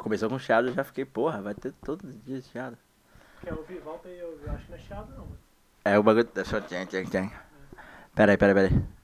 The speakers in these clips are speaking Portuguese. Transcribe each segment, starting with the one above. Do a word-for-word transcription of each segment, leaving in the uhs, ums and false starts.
Começou com chiado, eu já fiquei, porra, vai ter todos os dias chiado. Quer ouvir? Volta aí, eu acho que não é chiado não, mano. É o bagulho... Deixa eu... Tchan, tchan, tchan. Pera aí, pera aí, pera aí.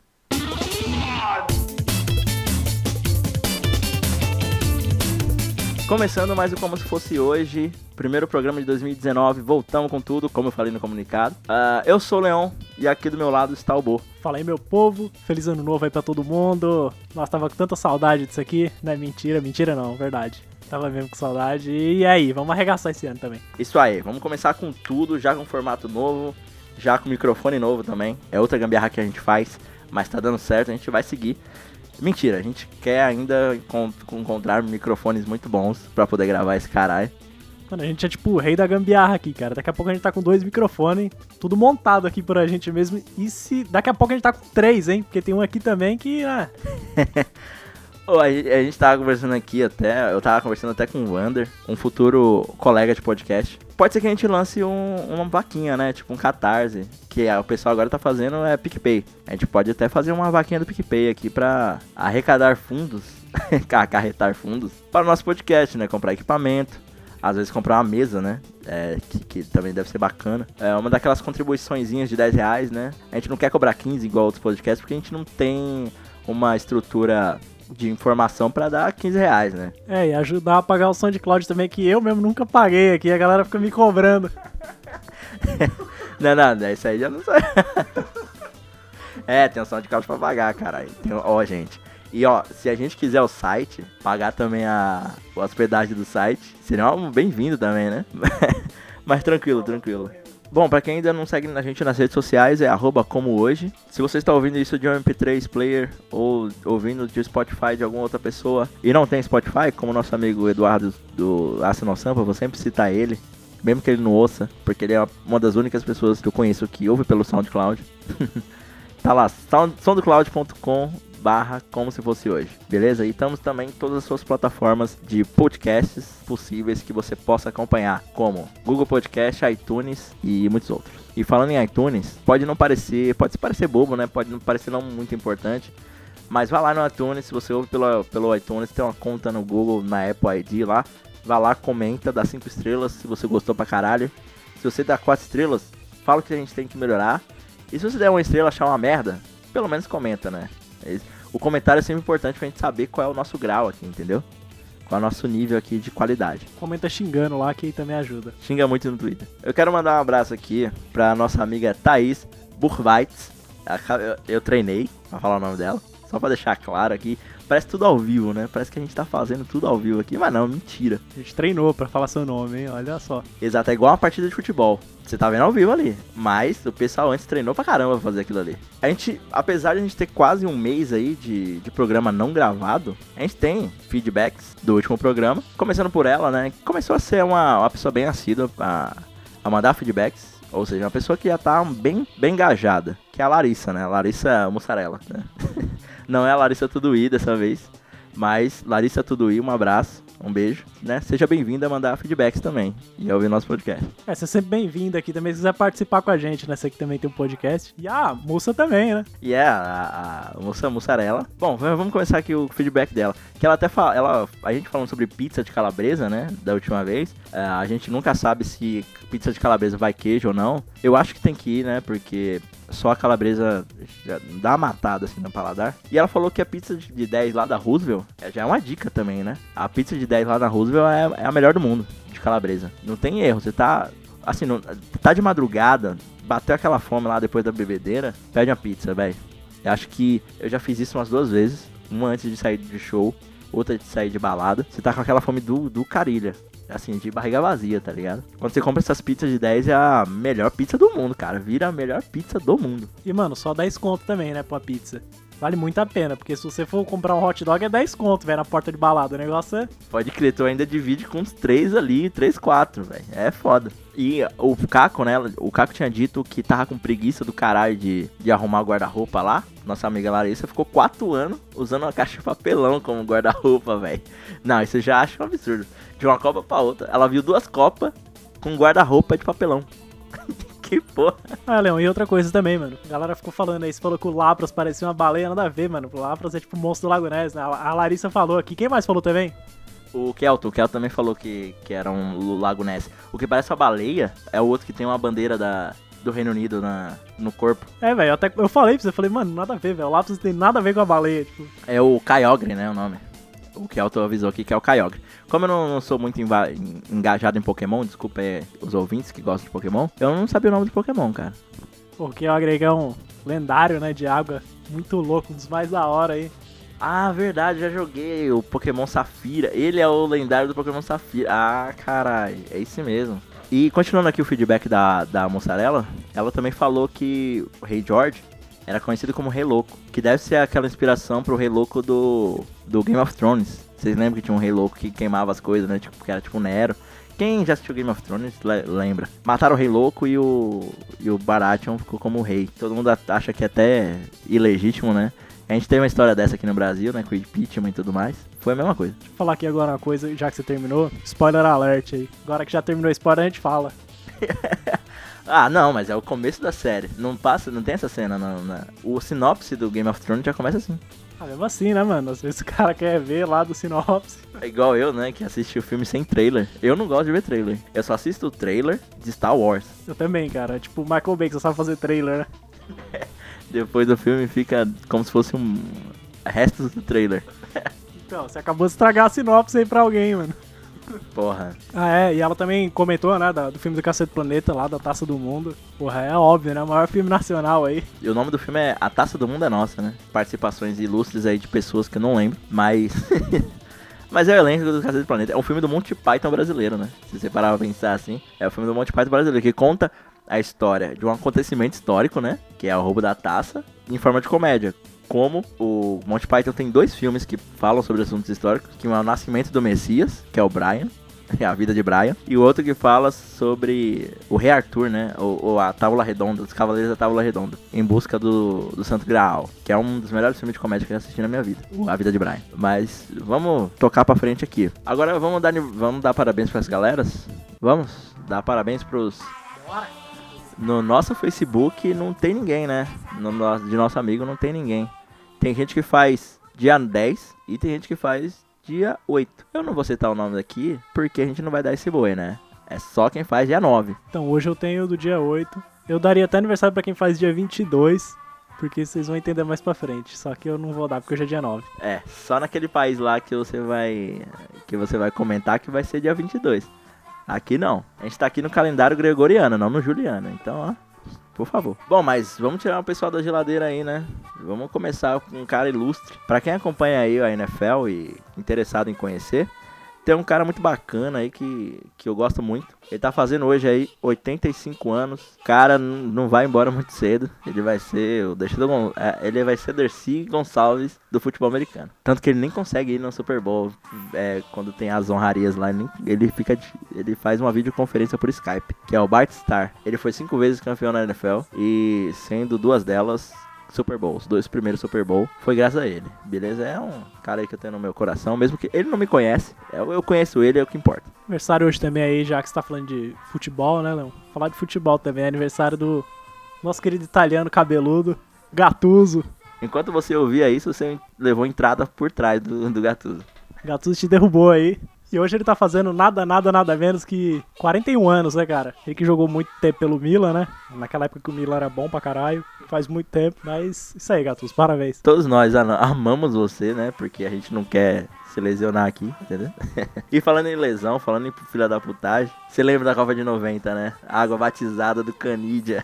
Começando mais o Como Se Fosse Hoje, primeiro programa de dois mil e dezenove, voltamos com tudo, como eu falei no comunicado. Uh, eu sou o Leon e aqui do meu lado está o Bo. Fala aí, meu povo, feliz ano novo aí pra todo mundo. Nossa, tava com tanta saudade disso aqui, não é mentira, mentira não, verdade. Tava mesmo com saudade, e aí, vamos arregaçar esse ano também. Isso aí, vamos começar com tudo, já com formato novo, já com microfone novo também. É outra gambiarra que a gente faz, mas tá dando certo, a gente vai seguir. Mentira, a gente quer ainda encont- encontrar microfones muito bons pra poder gravar esse caralho. Mano, a gente é tipo o rei da gambiarra aqui, cara. Daqui a pouco a gente tá com dois microfones, tudo montado aqui por a gente mesmo. E se daqui a pouco a gente tá com três, hein? Porque tem um aqui também que... Ah... Oh, a, gente, a gente tava conversando aqui até, eu tava conversando até com o Wander, um futuro colega de podcast. Pode ser que a gente lance um, uma vaquinha, né? Tipo um Catarse, que a, o pessoal agora tá fazendo é PicPay. A gente pode até fazer uma vaquinha do PicPay aqui pra arrecadar fundos, acarretar fundos para o nosso podcast, né? Comprar equipamento, às vezes comprar uma mesa, né? É, que, que também deve ser bacana. É uma daquelas contribuiçõezinhas de dez reais, né? A gente não quer cobrar quinze igual outros podcasts, porque a gente não tem uma estrutura de informação pra dar quinze reais, né? É, e ajudar a pagar o SoundCloud também, que eu mesmo nunca paguei aqui, a galera fica me cobrando. Não, não, isso aí já não sei. É, tem o SoundCloud pra pagar, caralho. Tem, ó, gente. E ó, se a gente quiser o site, pagar também a, a hospedagem do site, seria um bem-vindo também, né? Mas tranquilo, tranquilo. Bom, pra quem ainda não segue a gente nas redes sociais, é arroba como hoje. Se você está ouvindo isso de um M P três player ou ouvindo de Spotify de alguma outra pessoa e não tem Spotify, como nosso amigo Eduardo do Arsenal Sampa, vou sempre citar ele, mesmo que ele não ouça, porque ele é uma das únicas pessoas que eu conheço que ouve pelo SoundCloud. Tá lá, soundcloud ponto com barra como se fosse hoje, beleza? E estamos também em todas as suas plataformas de podcasts possíveis que você possa acompanhar, como Google Podcast, iTunes e muitos outros. E falando em iTunes, pode não parecer, pode parecer bobo, né? Pode não parecer não muito importante, mas vá lá no iTunes, se você ouve pelo, pelo iTunes, tem uma conta no Google, na Apple I D lá, vá lá, comenta, dá cinco estrelas se você gostou pra caralho. Se você dá quatro estrelas, fala o que a gente tem que melhorar. E se você der uma estrela e achar uma merda, pelo menos comenta, né? O comentário é sempre importante pra gente saber qual é o nosso grau aqui, entendeu? Qual é o nosso nível aqui de qualidade. Comenta xingando lá que também ajuda. Xinga muito no Twitter. Eu quero mandar um abraço aqui pra nossa amiga Thaís Burweitz. Eu, eu treinei pra falar o nome dela, só pra deixar claro aqui. Parece tudo ao vivo, né? Parece que a gente tá fazendo tudo ao vivo aqui, mas não, mentira. A gente treinou pra falar seu nome, hein? Olha só. Exato, é igual uma partida de futebol. Você tá vendo ao vivo ali. Mas o pessoal antes treinou pra caramba pra fazer aquilo ali. A gente, apesar de a gente ter quase um mês aí de, de programa não gravado, a gente tem feedbacks do último programa. Começando por ela, né? Começou a ser uma, uma pessoa bem assídua a, a mandar feedbacks. Ou seja, uma pessoa que já tá bem, bem engajada. Que é a Larissa, né? Larissa Mussarela, né? Não é a Larissa Tuduí dessa vez, mas Larissa Tuduí, um abraço, um beijo, né? Seja bem-vinda a mandar feedbacks também e a ouvir nosso podcast. É, você é sempre bem-vindo aqui também, se quiser participar com a gente, né? Você que também tem um podcast. E a moça também, né? E é a, a moça Mussarela. Bom, vamos começar aqui o feedback dela. Que ela até fala, ela, a gente falando sobre pizza de calabresa, né? Da última vez. É, a gente nunca sabe se pizza de calabresa vai queijo ou não. Eu acho que tem que ir, né? Porque só a calabresa já dá uma matada assim no paladar. E ela falou que a pizza de dez lá da Roosevelt já é uma dica também, né? A pizza de dez lá da Roosevelt é, é a melhor do mundo, de calabresa. Não tem erro, você tá, assim, não, tá de madrugada, bateu aquela fome lá depois da bebedeira, pede uma pizza, velho. Eu acho que eu já fiz isso umas duas vezes, uma antes de sair de show, outra de sair de balada. Você tá com aquela fome do, do carilha. Assim, de barriga vazia, tá ligado? Quando você compra essas pizzas de dez, é a melhor pizza do mundo, cara. Vira a melhor pizza do mundo. E, mano, só dez conto também, né, pra pizza. Vale muito a pena, porque se você for comprar um hot dog é dez conto, velho, na porta de balada. O negócio é... Pode crer, tu ainda divide com uns três ali, três, quatro, velho. É foda. E o Caco, né, o Caco tinha dito que tava com preguiça do caralho de, de arrumar o guarda-roupa lá. Nossa amiga Larissa ficou quatro anos usando uma caixa de papelão como guarda-roupa, velho. Não, isso eu já acho um absurdo. De uma Copa pra outra, ela viu duas Copas com guarda-roupa de papelão. Que porra. Ah, Leão, e outra coisa também, mano. A galera ficou falando aí, você falou que o Lapras parecia uma baleia, nada a ver, mano. O Lapras é tipo o monstro do Lago Ness, né? A Larissa falou aqui. Quem mais falou também? O Kelto, o Kelto também falou que, que era um Lago Ness. O que parece uma baleia é o outro que tem uma bandeira da, do Reino Unido na, no corpo. É, velho, até eu falei pra você, eu falei, mano, nada a ver, velho. O lápis não tem nada a ver com a baleia, tipo. É o Kyogre, né, o nome. O Kelto avisou aqui que é o Kyogre. Como eu não, não sou muito enva- engajado em Pokémon, desculpa aí os ouvintes que gostam de Pokémon, eu não sabia o nome de Pokémon, cara. O Kyogre é um lendário, né, de água, muito louco, um dos mais da hora aí. Ah, verdade, já joguei o Pokémon Safira. Ele é o lendário do Pokémon Safira. Ah, caralho, é esse mesmo. E continuando aqui o feedback da, da Mussarela, ela também falou que o Rei George era conhecido como Rei Louco, que deve ser aquela inspiração pro Rei Louco do, do Game of Thrones. Vocês lembram que tinha um Rei Louco que queimava as coisas, né? Tipo, que era tipo Nero. Quem já assistiu Game of Thrones le- lembra. Mataram o Rei Louco e o, e o Baratheon ficou como rei. Todo mundo acha que é até ilegítimo, né? A gente tem uma história dessa aqui no Brasil, né? Com o impeachment e tudo mais. Foi a mesma coisa. Deixa eu falar aqui agora uma coisa, já que você terminou. Spoiler alert aí. Agora que já terminou o spoiler, a gente fala. Ah, não, mas é o começo da série. Não passa, não tem essa cena. Não, não. O sinopse do Game of Thrones já começa assim. Ah, mesmo assim, né, mano? Às vezes o cara quer ver lá do sinopse. É igual eu, né? Que assisti o filme sem trailer. Eu não gosto de ver trailer. Eu só assisto o trailer de Star Wars. Eu também, cara. Tipo, o Michael Bay, que só sabe fazer trailer, né? Depois do filme fica como se fosse um resto do trailer. Então, você acabou de estragar a sinopse aí pra alguém, mano. Porra. Ah, é, e ela também comentou, né, da- do filme do Cacete Planeta lá, da Taça do Mundo. Porra, é óbvio, né, o maior filme nacional aí. E o nome do filme é A Taça do Mundo é Nossa, né? Participações ilustres aí de pessoas que eu não lembro, mas... mas é o elenco do Cacete do Planeta. É um filme do Monty Python brasileiro, né? Se você parar pra pensar assim, é o filme do Monty Python brasileiro, que conta a história de um acontecimento histórico, né? Que é o roubo da taça, em forma de comédia. Como o Monty Python tem dois filmes que falam sobre assuntos históricos, que um é o Nascimento do Messias, que é o Brian, é a vida de Brian, e o outro que fala sobre o Rei Arthur, né, ou, ou a Tábula Redonda, os Cavaleiros da Tábula Redonda, em busca do, do Santo Graal, que é um dos melhores filmes de comédia que eu assisti na minha vida, a vida de Brian. Mas vamos tocar pra frente aqui. Agora vamos dar, vamos dar parabéns pras galeras? Vamos dar parabéns pros... No nosso Facebook não tem ninguém, né? No, no, de nosso amigo não tem ninguém. Tem gente que faz dia dez e tem gente que faz dia oito. Eu não vou citar o nome daqui porque a gente não vai dar esse boi, né? É só quem faz dia nove. Então, hoje eu tenho do dia oito. Eu daria até aniversário pra quem faz dia vinte e dois, porque vocês vão entender mais pra frente. Só que eu não vou dar porque hoje é dia nove. É, só naquele país lá que você vai que você vai comentar que vai ser dia vinte e dois. Aqui não. A gente tá aqui no calendário gregoriano, não no juliano. Então, ó, por favor. Bom, mas vamos tirar o pessoal da geladeira aí, né? Vamos começar com um cara ilustre. Pra quem acompanha aí a N F L e interessado em conhecer, tem um cara muito bacana aí que, que eu gosto muito. Ele tá fazendo hoje aí oitenta e cinco anos. O cara n- não vai embora muito cedo. Ele vai ser o Dercy Gon- é, ele vai ser Dercy Gonçalves do futebol americano. Tanto que ele nem consegue ir no Super Bowl. É, quando tem as honrarias lá, ele, nem- ele fica de- ele faz uma videoconferência por Skype, que é o Bart Starr. Ele foi cinco vezes campeão na N F L e sendo duas delas Super Bowl, os dois primeiros Super Bowl, foi graças a ele, beleza? É um cara aí que eu tenho no meu coração, mesmo que ele não me conhece, eu, eu conheço ele, é o que importa. Aniversário hoje também aí, já que você tá falando de futebol, né, Leão? Falar de futebol também, é aniversário do nosso querido italiano cabeludo, Gattuso. Enquanto você ouvia isso, você levou entrada por trás do, do Gattuso. Gattuso te derrubou aí. E hoje ele tá fazendo nada, nada, nada menos que quarenta e um anos, né, cara? Ele que jogou muito tempo pelo Milan, né? Naquela época que o Milan era bom pra caralho. Faz muito tempo, mas isso aí, Gattuso, parabéns. Todos nós ana- amamos você, né? Porque a gente não quer se lesionar aqui, entendeu? E falando em lesão, falando em filha da putagem, você lembra da Copa de noventa, né? Água batizada do Canidia.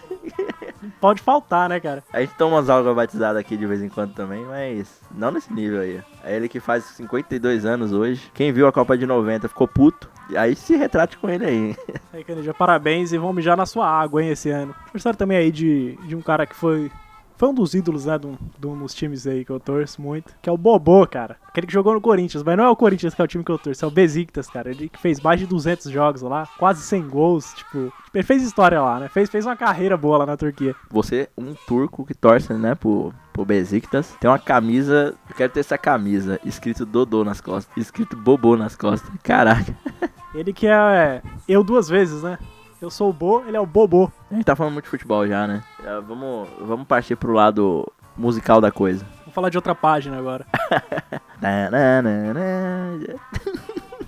Pode faltar, né, cara? A gente toma umas águas batizadas aqui de vez em quando também, mas não nesse nível aí. É ele que faz cinquenta e dois anos hoje. Quem viu a Copa de noventa ficou puto. Aí se retrate com ele aí. Aí, Canidia, parabéns e vão mijar na sua água, hein, esse ano. Aniversário também aí de, de um cara que foi... Foi um dos ídolos, né, de um, de um dos times aí que eu torço muito, que é o Bobô, cara. Aquele que jogou no Corinthians, mas não é o Corinthians que é o time que eu torço, é o Besiktas, cara. Ele que fez mais de duzentos jogos lá, quase cem gols, tipo... Ele fez história lá, né? Fez, fez uma carreira boa lá na Turquia. Você, um turco que torce, né, pro, pro Besiktas, tem uma camisa... Eu quero ter essa camisa, escrito Dodô nas costas, escrito Bobô nas costas. Caraca. Ele que é eu duas vezes, né? Eu sou o Bo, ele é o Bobô. A gente tá falando muito de futebol já, né? Já vamos, vamos partir pro lado musical da coisa. Vamos falar de outra página agora.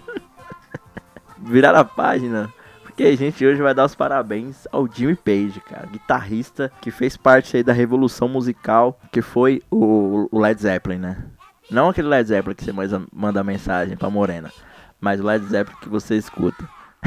virar a página. Porque a gente hoje vai dar os parabéns ao Jimmy Page, cara. Guitarrista que fez parte aí da revolução musical, que foi o, o Led Zeppelin, né? Não aquele Led Zeppelin que você manda mensagem pra Morena, mas o Led Zeppelin que você escuta.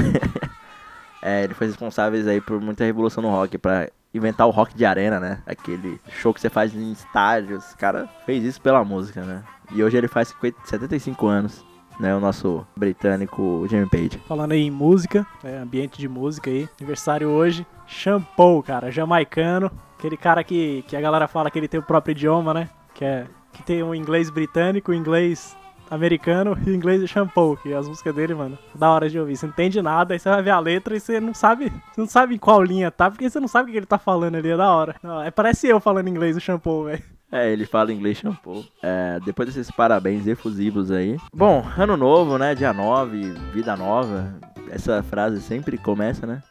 É, ele foi responsável aí por muita revolução no rock, pra inventar o rock de arena, né? Aquele show que você faz em estádios. O cara fez isso pela música, né? E hoje ele faz setenta e cinco anos, né? O nosso britânico Jimmy Page. Falando aí em música, é, ambiente de música aí, aniversário hoje, Shampoo, cara, jamaicano. Aquele cara que, que a galera fala que ele tem o próprio idioma, né? Que, é, que tem o inglês britânico, o inglês americano e o inglês de Shampoo, que as músicas dele, mano, da hora de ouvir. Você não entende nada, aí você vai ver a letra e você não sabe, você não sabe em qual linha tá, porque você não sabe o que ele tá falando ali, é da hora. Não, é, parece eu falando inglês o Shampoo, velho. É, ele fala inglês Shampoo. É, depois desses parabéns efusivos aí. Bom, ano novo, né? Dia nove, vida nova. Essa frase sempre começa, né?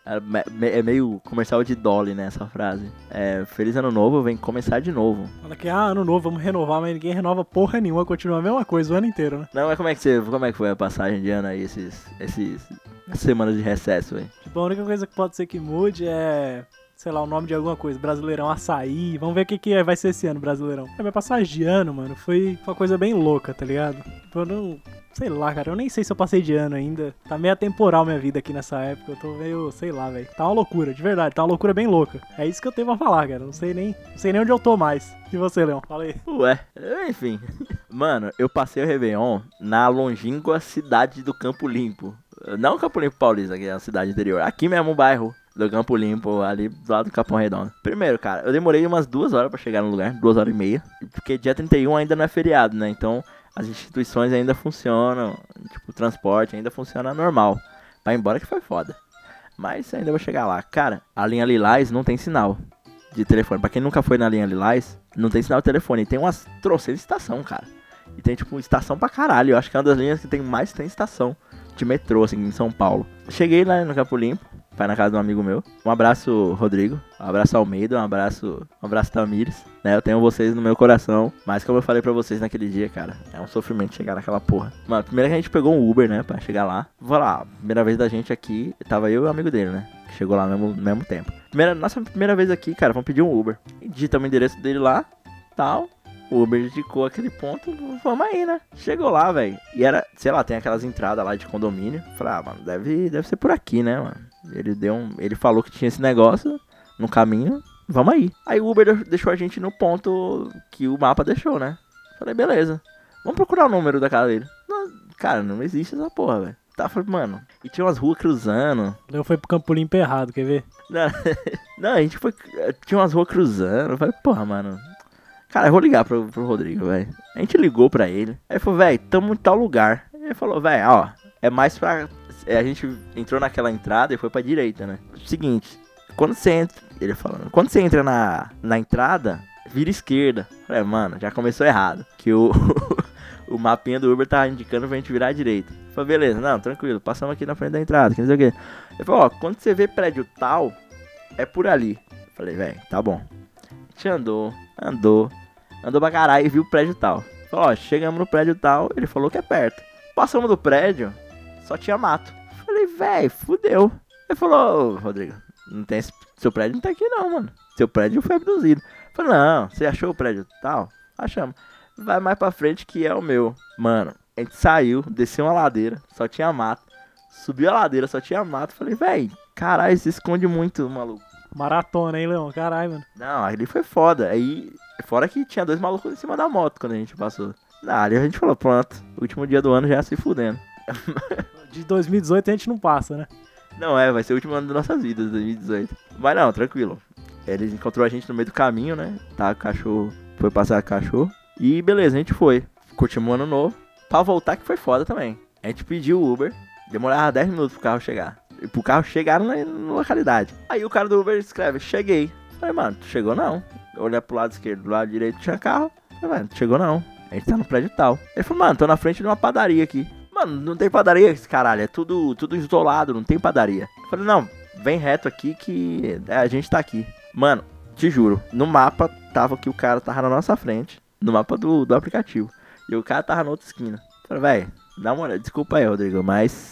É meio comercial de Dolly, né? Essa frase. É, feliz ano novo, vem começar de novo. Fala que, ah, ano novo, vamos renovar, mas ninguém renova porra nenhuma, continua a mesma coisa o ano inteiro, né? Não, mas como é que, você, como é que foi a passagem de ano aí, esses, esses semanas de recesso, velho? Tipo, a única coisa que pode ser que mude é... sei lá, o nome de alguma coisa, Brasileirão Açaí, vamos ver o que, que é, vai ser esse ano, Brasileirão. A minha passagem de ano, mano, foi uma coisa bem louca, tá ligado? Tipo, eu não, sei lá, cara, eu nem sei se eu passei de ano ainda, tá meio atemporal minha vida aqui nessa época, eu tô meio, sei lá, velho, tá uma loucura, de verdade, tá uma loucura bem louca. É isso que eu tenho pra falar, cara, não sei nem, não sei nem onde eu tô mais. E você, Leão? Fala aí. Ué, enfim. Mano, eu passei o Réveillon na longínqua cidade do Campo Limpo. Não o Campo Limpo Paulista, que é a cidade interior, aqui mesmo o bairro do Campo Limpo, ali do lado do Capão Redondo. Primeiro, cara, eu demorei umas duas horas pra chegar no lugar, duas horas e meia, porque dia trinta e um ainda não é feriado, né? Então, as instituições ainda funcionam, tipo, o transporte ainda funciona normal. Vai embora que foi foda. Mas ainda vou chegar lá. Cara, a linha Lilás não tem sinal de telefone. Pra quem nunca foi na linha Lilás, não tem sinal de telefone. Tem umas trocentas estação, cara. E tem, tipo, estação pra caralho. Eu acho que é uma das linhas que tem mais tem estação de metrô, assim, em São Paulo. Cheguei lá no Campo Limpo, vai na casa de um amigo meu. Um abraço, Rodrigo. Um abraço, Almeida. Um abraço, um abraço, Tamires. Né, eu tenho vocês no meu coração. Mas como eu falei pra vocês naquele dia, cara, é um sofrimento chegar naquela porra. Mano, primeiro que a gente pegou um Uber, né, pra chegar lá. Vou lá, primeira vez da gente aqui, tava eu e o amigo dele, né, que chegou lá no mesmo, no mesmo tempo. Primeira, nossa primeira vez aqui, cara, vamos pedir um Uber. E digitamos o endereço dele lá, tal. O Uber indicou aquele ponto, vamos aí, né? Chegou lá, velho. E era, sei lá, tem aquelas entradas lá de condomínio. Falei, ah, mano, deve, deve ser por aqui, né, mano? Ele deu um, ele falou que tinha esse negócio no caminho, vamos aí. Aí o Uber deixou a gente no ponto que o mapa deixou, né? Falei, beleza. Vamos procurar o número da casa dele. Não, cara, não existe essa porra, velho. Tá, falei, mano, e tinha umas ruas cruzando. Eu fui pro Campo Limpo errado, quer ver? Não, não, a gente foi, tinha umas ruas cruzando. Eu falei, porra, mano. Cara, eu vou ligar pro, pro Rodrigo, velho. A gente ligou pra ele. Aí ele falou, velho, tamo em tal lugar. Ele falou, velho, ó, é mais pra... É, a gente entrou naquela entrada e foi pra direita, né? Seguinte, quando você entra... Ele falando, quando você entra na, na entrada, vira esquerda. Eu falei, mano, já começou errado. Que o, o mapinha do Uber tava indicando pra gente virar à direita. Eu falei, beleza, não, tranquilo, passamos aqui na frente da entrada, que não sei o quê. Ele falou, ó, quando você vê prédio tal, é por ali. Eu falei, velho, tá bom. A gente andou... Andou, andou pra caralho e viu o prédio tal. Falou, ó, chegamos no prédio tal, ele falou que é perto. Passamos do prédio, só tinha mato. Falei, véi, fudeu. Ele falou, ô, Rodrigo, não tem esse, seu prédio não tá aqui não, mano. Seu prédio foi abduzido. Falei, não, você achou o prédio tal? Achamos. Vai mais pra frente que é o meu. Mano, a gente saiu, desceu uma ladeira, só tinha mato. Subiu a ladeira, só tinha mato. Falei, véi, caralho, se esconde muito, maluco. Maratona, hein, Leão? Caralho, mano. Não, ali foi foda. Aí, fora que tinha dois malucos em cima da moto quando a gente passou. Na ali a gente falou, pronto, último dia do ano já se fudendo. De dois mil e dezoito a gente não passa, né? Não, é, vai ser o último ano das nossas vidas, dois mil e dezoito. Mas não, tranquilo. Ele encontrou a gente no meio do caminho, né? Tá, o cachorro, foi passar cachorro. E beleza, a gente foi. Curtimos o ano novo. Pra voltar que foi foda também. A gente pediu o Uber, demorava dez minutos pro carro chegar. E pro carro chegar na, na localidade. Aí o cara do Uber escreve, cheguei. Falei, mano, tu chegou não. Olhar pro lado esquerdo, do lado direito tinha carro. Falei, mano, tu chegou não. A gente tá no prédio tal. Ele falou, mano, tô na frente de uma padaria aqui. Mano, não tem padaria esse caralho, é tudo, tudo isolado, não tem padaria. Falei, não, vem reto aqui que é, a gente tá aqui. Mano, te juro, no mapa tava que o cara tava na nossa frente, no mapa do, do aplicativo. E o cara tava na outra esquina. Falei, velho, dá uma olhada, desculpa aí, Rodrigo, mas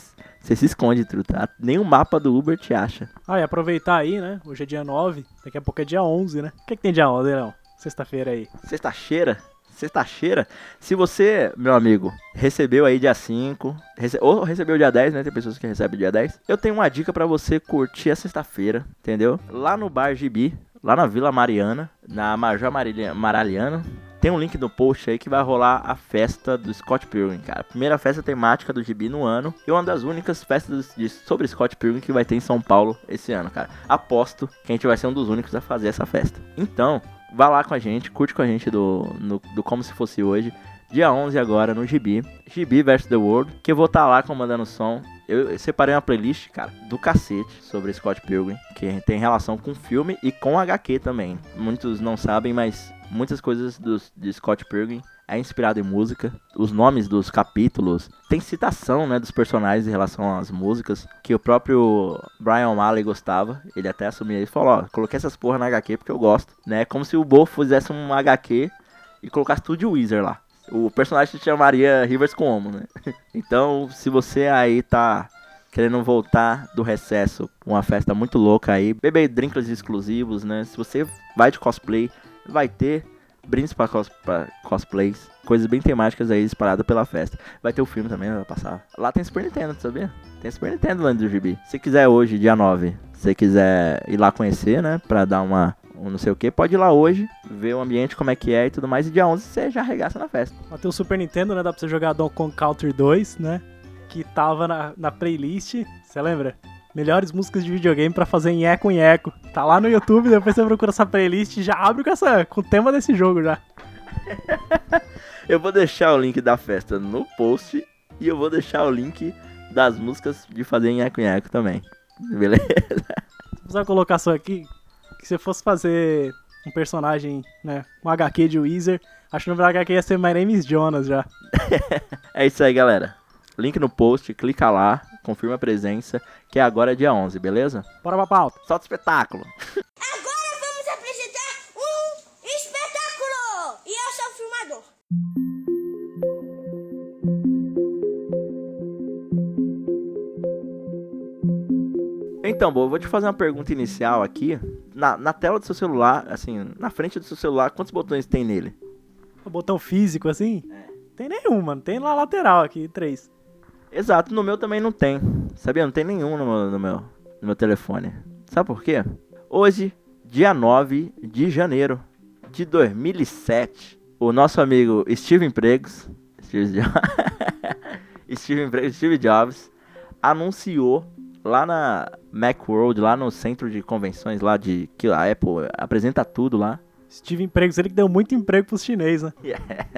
Você se esconde, truta. Nem o mapa do Uber te acha. Ah, e aproveitar aí, né? Hoje é dia nove, daqui a pouco é dia onze, né? O que, que tem dia onze, Leão? Sexta-feira aí. Sexta-feira? Sexta-feira? Se você, meu amigo, recebeu aí dia cinco, rece... ou recebeu dia dez, né? Tem pessoas que recebem dia dez. Eu tenho uma dica pra você curtir a sexta-feira, entendeu? Lá no Bar Gibi, lá na Vila Mariana, na Major Marilha... Maraliano. Tem um link no post aí que vai rolar a festa do Scott Pilgrim, cara. Primeira festa temática do Gibi no ano. E uma das únicas festas de, sobre Scott Pilgrim que vai ter em São Paulo esse ano, cara. Aposto que a gente vai ser um dos únicos a fazer essa festa. Então, vá lá com a gente, curte com a gente do, no, do Como Se Fosse Hoje. Dia onze agora no Gibi. Gibi versus. The World. Que eu vou estar tá lá comandando o som. Eu separei uma playlist, cara, do cacete sobre Scott Pilgrim. Que tem relação com filme e com H Q também. Muitos não sabem, mas muitas coisas dos, de Scott Pilgrim é inspirado em música. Os nomes dos capítulos. Tem citação, né, dos personagens em relação às músicas. Que o próprio Brian O'Malley gostava. Ele até assumiu e falou, ó, coloquei essas porra na H Q porque eu gosto, né? Como se o Bo fizesse um H Q e colocasse tudo de Weezer lá. O personagem se chamaria Rivers Cuomo, né? Então, se você aí tá querendo voltar do recesso, uma festa muito louca aí, beber drinks exclusivos, né? Se você vai de cosplay, vai ter brindes pra, cos pra cosplays, coisas bem temáticas aí espalhadas pela festa. Vai ter o filme também, vai passar. Lá tem Super Nintendo, sabia? Tem Super Nintendo lá do Gibi. Se quiser hoje, dia nove, se você quiser ir lá conhecer, né? Pra dar uma... um não sei o que, pode ir lá hoje, ver o ambiente, como é que é e tudo mais, e dia onze você já arregaça na festa. Lá tem o Super Nintendo, né, dá pra você jogar Donkey Kong Country dois, né, que tava na, na playlist, você lembra? Melhores músicas de videogame pra fazer em eco em eco. Tá lá no YouTube, depois você procura essa playlist e já abre com, essa, com o tema desse jogo já. Eu vou deixar o link da festa no post e eu vou deixar o link das músicas de fazer em eco em eco também, beleza? Se você colocar só aqui, que se fosse fazer um personagem, né, um H Q de Weezer, acho que no H Q ia ser My Name is Jonas já. É isso aí, galera. Link no post, clica lá, confirma a presença, que agora é dia onze, beleza? Bora pra pauta. Solta o espetáculo. Agora vamos apresentar um espetáculo! E eu sou o filmador. Então, Bo, eu vou te fazer uma pergunta inicial aqui. Na, na tela do seu celular, assim, na frente do seu celular, quantos botões tem nele? O botão físico, assim? É. Tem nenhum, mano. Tem lá lateral aqui, três. Exato, no meu também não tem. Sabia? Não tem nenhum no meu, no meu, no meu telefone. Sabe por quê? Hoje, dia nove de janeiro de dois mil e sete, o nosso amigo Steve Empregos, Steve Jobs, Steve Empregos, Steve Jobs, anunciou lá na Macworld, lá no centro de convenções lá de que a Apple apresenta tudo lá. Steve Empregos, ele que deu muito emprego pros chineses, né? Yeah.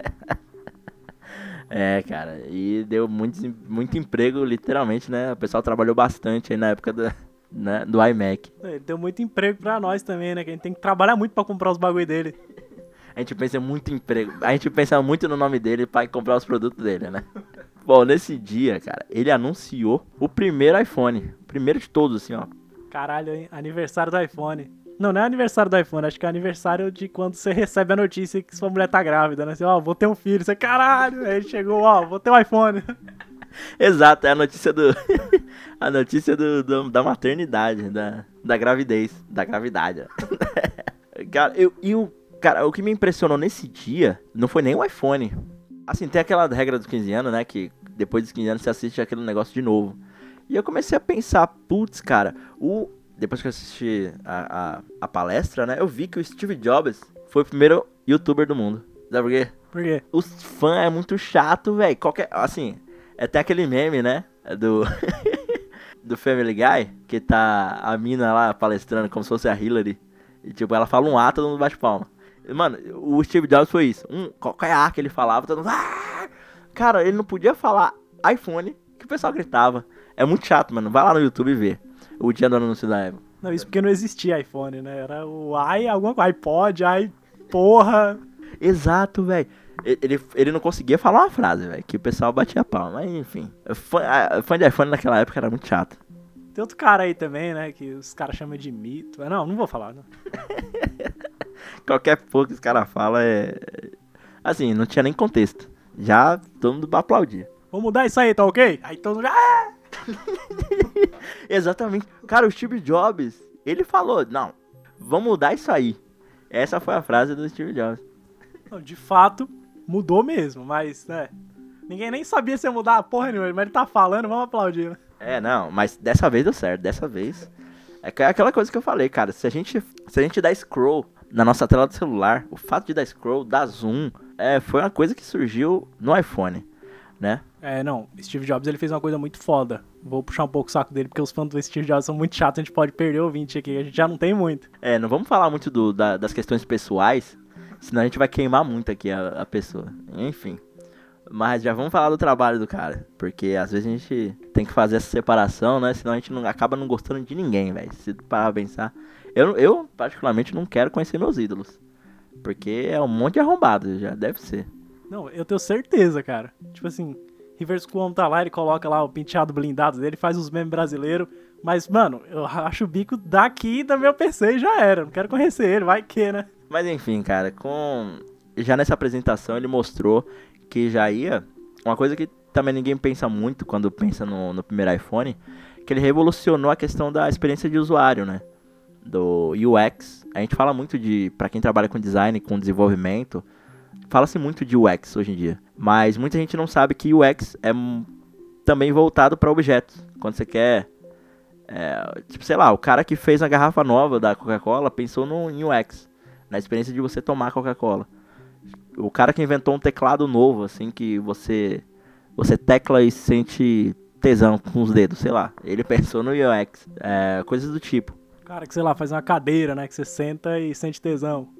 É, cara, e deu muito, muito emprego, literalmente, né? O pessoal trabalhou bastante aí na época do, né, do iMac. Ele deu muito emprego pra nós também, né? Que a gente tem que trabalhar muito pra comprar os bagulho dele. A gente pensa muito em emprego, a gente pensa muito no nome dele pra comprar os produtos dele, né? Bom, nesse dia, cara, ele anunciou o primeiro iPhone. O primeiro de todos, assim, ó. Caralho, hein? Aniversário do iPhone. Não, não é aniversário do iPhone, acho que é aniversário de quando você recebe a notícia que sua mulher tá grávida, né? Você, ó, vou ter um filho, você, caralho, aí chegou, ó, vou ter um iPhone. Exato, é a notícia do... a notícia do, do, da maternidade, da, da gravidez, da gravidade. Cara, eu, e o, cara, o que me impressionou nesse dia não foi nem o iPhone. Assim, tem aquela regra dos quinze anos, né, que depois dos quinze anos você assiste aquele negócio de novo. E eu comecei a pensar, putz, cara, o... depois que eu assisti a, a, a palestra, né, eu vi que o Steve Jobs foi o primeiro youtuber do mundo. Sabe por quê? Por quê? Os fãs é muito chato, velho. Qualquer, assim, é até aquele meme, né, do do Family Guy, que tá a mina lá palestrando como se fosse a Hillary. E tipo, ela fala um A, todo mundo bate palma. Mano, o Steve Jobs foi isso. Um, qualquer A que ele falava, todo mundo... Ah! Cara, ele não podia falar iPhone, que o pessoal gritava. É muito chato, mano. Vai lá no YouTube e vê o dia do anúncio da Apple. Não, isso porque não existia iPhone, né? Era o i, alguma coisa, iPod, i, porra. Exato, velho. Ele, ele não conseguia falar uma frase, velho, que o pessoal batia pau. Mas enfim, fã, fã de iPhone naquela época era muito chato. Tem outro cara aí também, né, que os caras chamam de mito. Não, não vou falar, não. Qualquer pouco que os caras falam é... Assim, não tinha nem contexto. Já todo mundo aplaudia. Vamos mudar isso aí, tá ok? Aí todo mundo já... Exatamente. Cara, o Steve Jobs, ele falou, não, vamos mudar isso aí. Essa foi a frase do Steve Jobs. Não, de fato, mudou mesmo, mas, né, ninguém nem sabia se ia mudar a porra nenhuma, mas ele tá falando, vamos aplaudir, né? É, não, mas dessa vez deu certo, dessa vez. É que- é aquela coisa que eu falei, cara, se a gente, se a gente dá scroll na nossa tela do celular, o fato de dar scroll, dar zoom, é, foi uma coisa que surgiu no iPhone, né? É, não, Steve Jobs ele fez uma coisa muito foda. Vou puxar um pouco o saco dele, porque os fãs do Steve Jobs são muito chatos, a gente pode perder o ouvinte aqui, a gente já não tem muito. É, não vamos falar muito do, da- das questões pessoais, senão a gente vai queimar muito aqui a, a pessoa. Enfim. Mas já vamos falar do trabalho do cara, porque às vezes a gente tem que fazer essa separação, né? Senão a gente não, acaba não gostando de ninguém, velho. Se parar pra pensar. Eu, eu, particularmente, não quero conhecer meus ídolos. Porque é um monte de arrombado, já deve ser. Não, eu tenho certeza, cara. Tipo assim, Rivers Cuomo tá lá, ele coloca lá o penteado blindado dele, faz os memes brasileiros. Mas, mano, eu acho o bico daqui da meu P C e já era. Não quero conhecer ele, vai que, né? Mas enfim, cara, com... já nessa apresentação ele mostrou que já ia... Uma coisa que também ninguém pensa muito quando pensa no, no primeiro iPhone, que ele revolucionou a questão da experiência de usuário, né? Do U X. A gente fala muito de... Pra quem trabalha com design, com desenvolvimento, fala-se muito de U X hoje em dia. Mas muita gente não sabe que U X é m- também voltado para objetos. Quando você quer... É, tipo, sei lá, o cara que fez a garrafa nova da Coca-Cola pensou no em U X, na experiência de você tomar Coca-Cola. O cara que inventou um teclado novo, assim, que você você tecla e sente tesão com os dedos, sei lá. Ele pensou no U X, é, coisas do tipo. Cara, que sei lá, faz uma cadeira, né? Que você senta e sente tesão.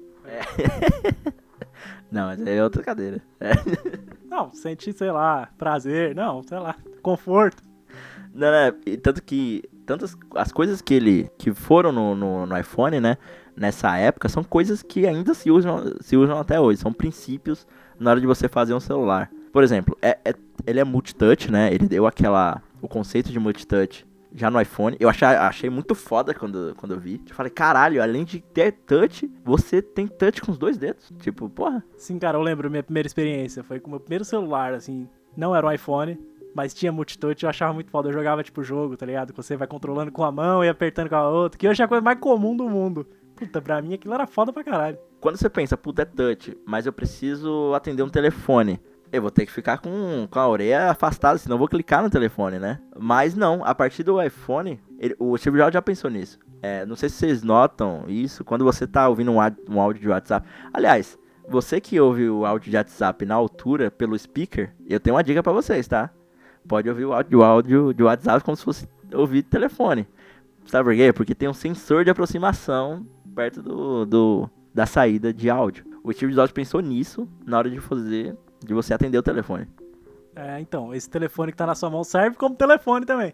Não, mas é outra cadeira. É. Não, sente, sei lá, prazer. Não, sei lá, conforto. Não, né? E tanto que tantas as coisas que ele que foram no, no, no iPhone, né? Nessa época são coisas que ainda se usam se usam até hoje. São princípios na hora de você fazer um celular. Por exemplo, é, é, ele é multitouch, né? Ele deu aquela o conceito de multitouch já no iPhone. Eu achei, achei muito foda quando, quando eu vi. Eu falei, caralho, além de ter touch, você tem touch com os dois dedos. Tipo, porra. Sim, cara, eu lembro minha primeira experiência. Foi com o meu primeiro celular, assim. Não era um iPhone, mas tinha multitouch. Eu achava muito foda. Eu jogava tipo jogo, tá ligado? Que você vai controlando com a mão e apertando com a outra. Que hoje é a coisa mais comum do mundo. Puta, pra mim aquilo era foda pra caralho. Quando você pensa, puta, é touch, mas eu preciso atender um telefone. Eu vou ter que ficar com, com a orelha afastada, senão eu vou clicar no telefone, né? Mas não, a partir do iPhone, ele, o Steve Jobs já pensou nisso. É, não sei se vocês notam isso quando você tá ouvindo um, áudio- um áudio de WhatsApp. Aliás, você que ouve o áudio de WhatsApp na altura pelo speaker, eu tenho uma dica pra vocês, tá? Pode ouvir o áudio, o áudio de WhatsApp como se fosse ouvir telefone. Sabe por quê? Porque tem um sensor de aproximação perto do, do, da saída de áudio. O Steve Jobs pensou nisso na hora de fazer, de você atender o telefone. É, então, esse telefone que tá na sua mão serve como telefone também.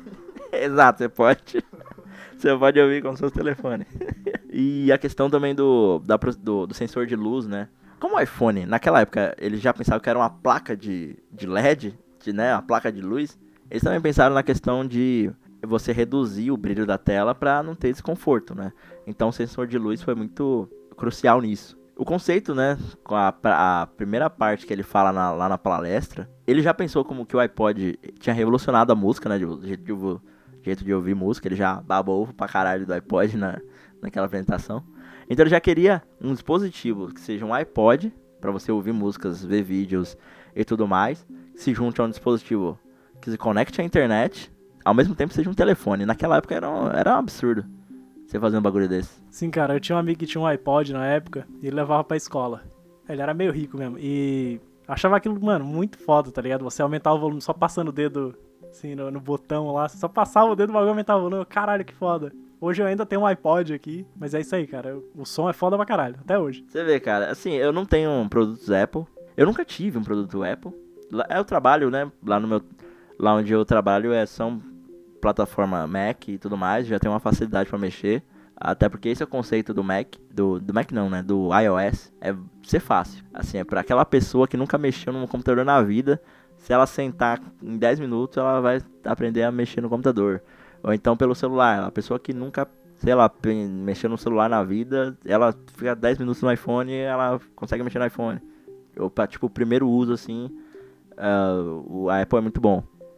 Exato, você pode. Você pode ouvir como se fosse telefone. E a questão também do, da pro- do, do sensor de luz, né? Como o iPhone, naquela época, eles já pensavam que era uma placa de, de L E D, de, né, uma placa de luz. Eles também pensaram na questão de você reduzir o brilho da tela para não ter desconforto, né? Então o sensor de luz foi muito crucial nisso. O conceito, né, com a, a primeira parte que ele fala na- lá na palestra, ele já pensou como que o iPod tinha revolucionado a música, né, de, jeito de, vo- jeito de ouvir música, ele já babou ovo pra caralho do iPod na, naquela apresentação. Então ele já queria um dispositivo que seja um iPod, para você ouvir músicas, ver vídeos e tudo mais, que se junte a um dispositivo que se conecte à internet, ao mesmo tempo seja um telefone. Naquela época era um, era um absurdo você fazer um bagulho desse. Sim, cara, eu tinha um amigo que tinha um iPod na época e ele levava pra escola. Ele era meio rico mesmo e achava aquilo, mano, muito foda, tá ligado? Você aumentava o volume só passando o dedo, assim, no, no botão lá. Você só passava o dedo, o bagulho aumentava o volume. Caralho, que foda. Hoje eu ainda tenho um iPod aqui, mas é isso aí, cara. O som é foda pra caralho, até hoje. Você vê, cara, assim, eu não tenho produtos Apple. Eu nunca tive um produto Apple. Lá- Eu trabalho, né, lá no meu... Lá onde eu trabalho é são plataforma Mac e tudo mais, já tem uma facilidade pra mexer. Até porque esse é o conceito do Mac, do, do Mac não, né, do iOS, é ser fácil. Assim, é pra aquela pessoa que nunca mexeu num computador na vida, se ela sentar em dez minutos, ela vai aprender a mexer no computador. Ou então pelo celular, a pessoa que nunca, sei lá, pe- mexeu no celular na vida, ela fica dez minutos no iPhone e ela consegue mexer no iPhone. Ou pra, tipo, o primeiro uso, assim, ah, o a Apple é muito bom.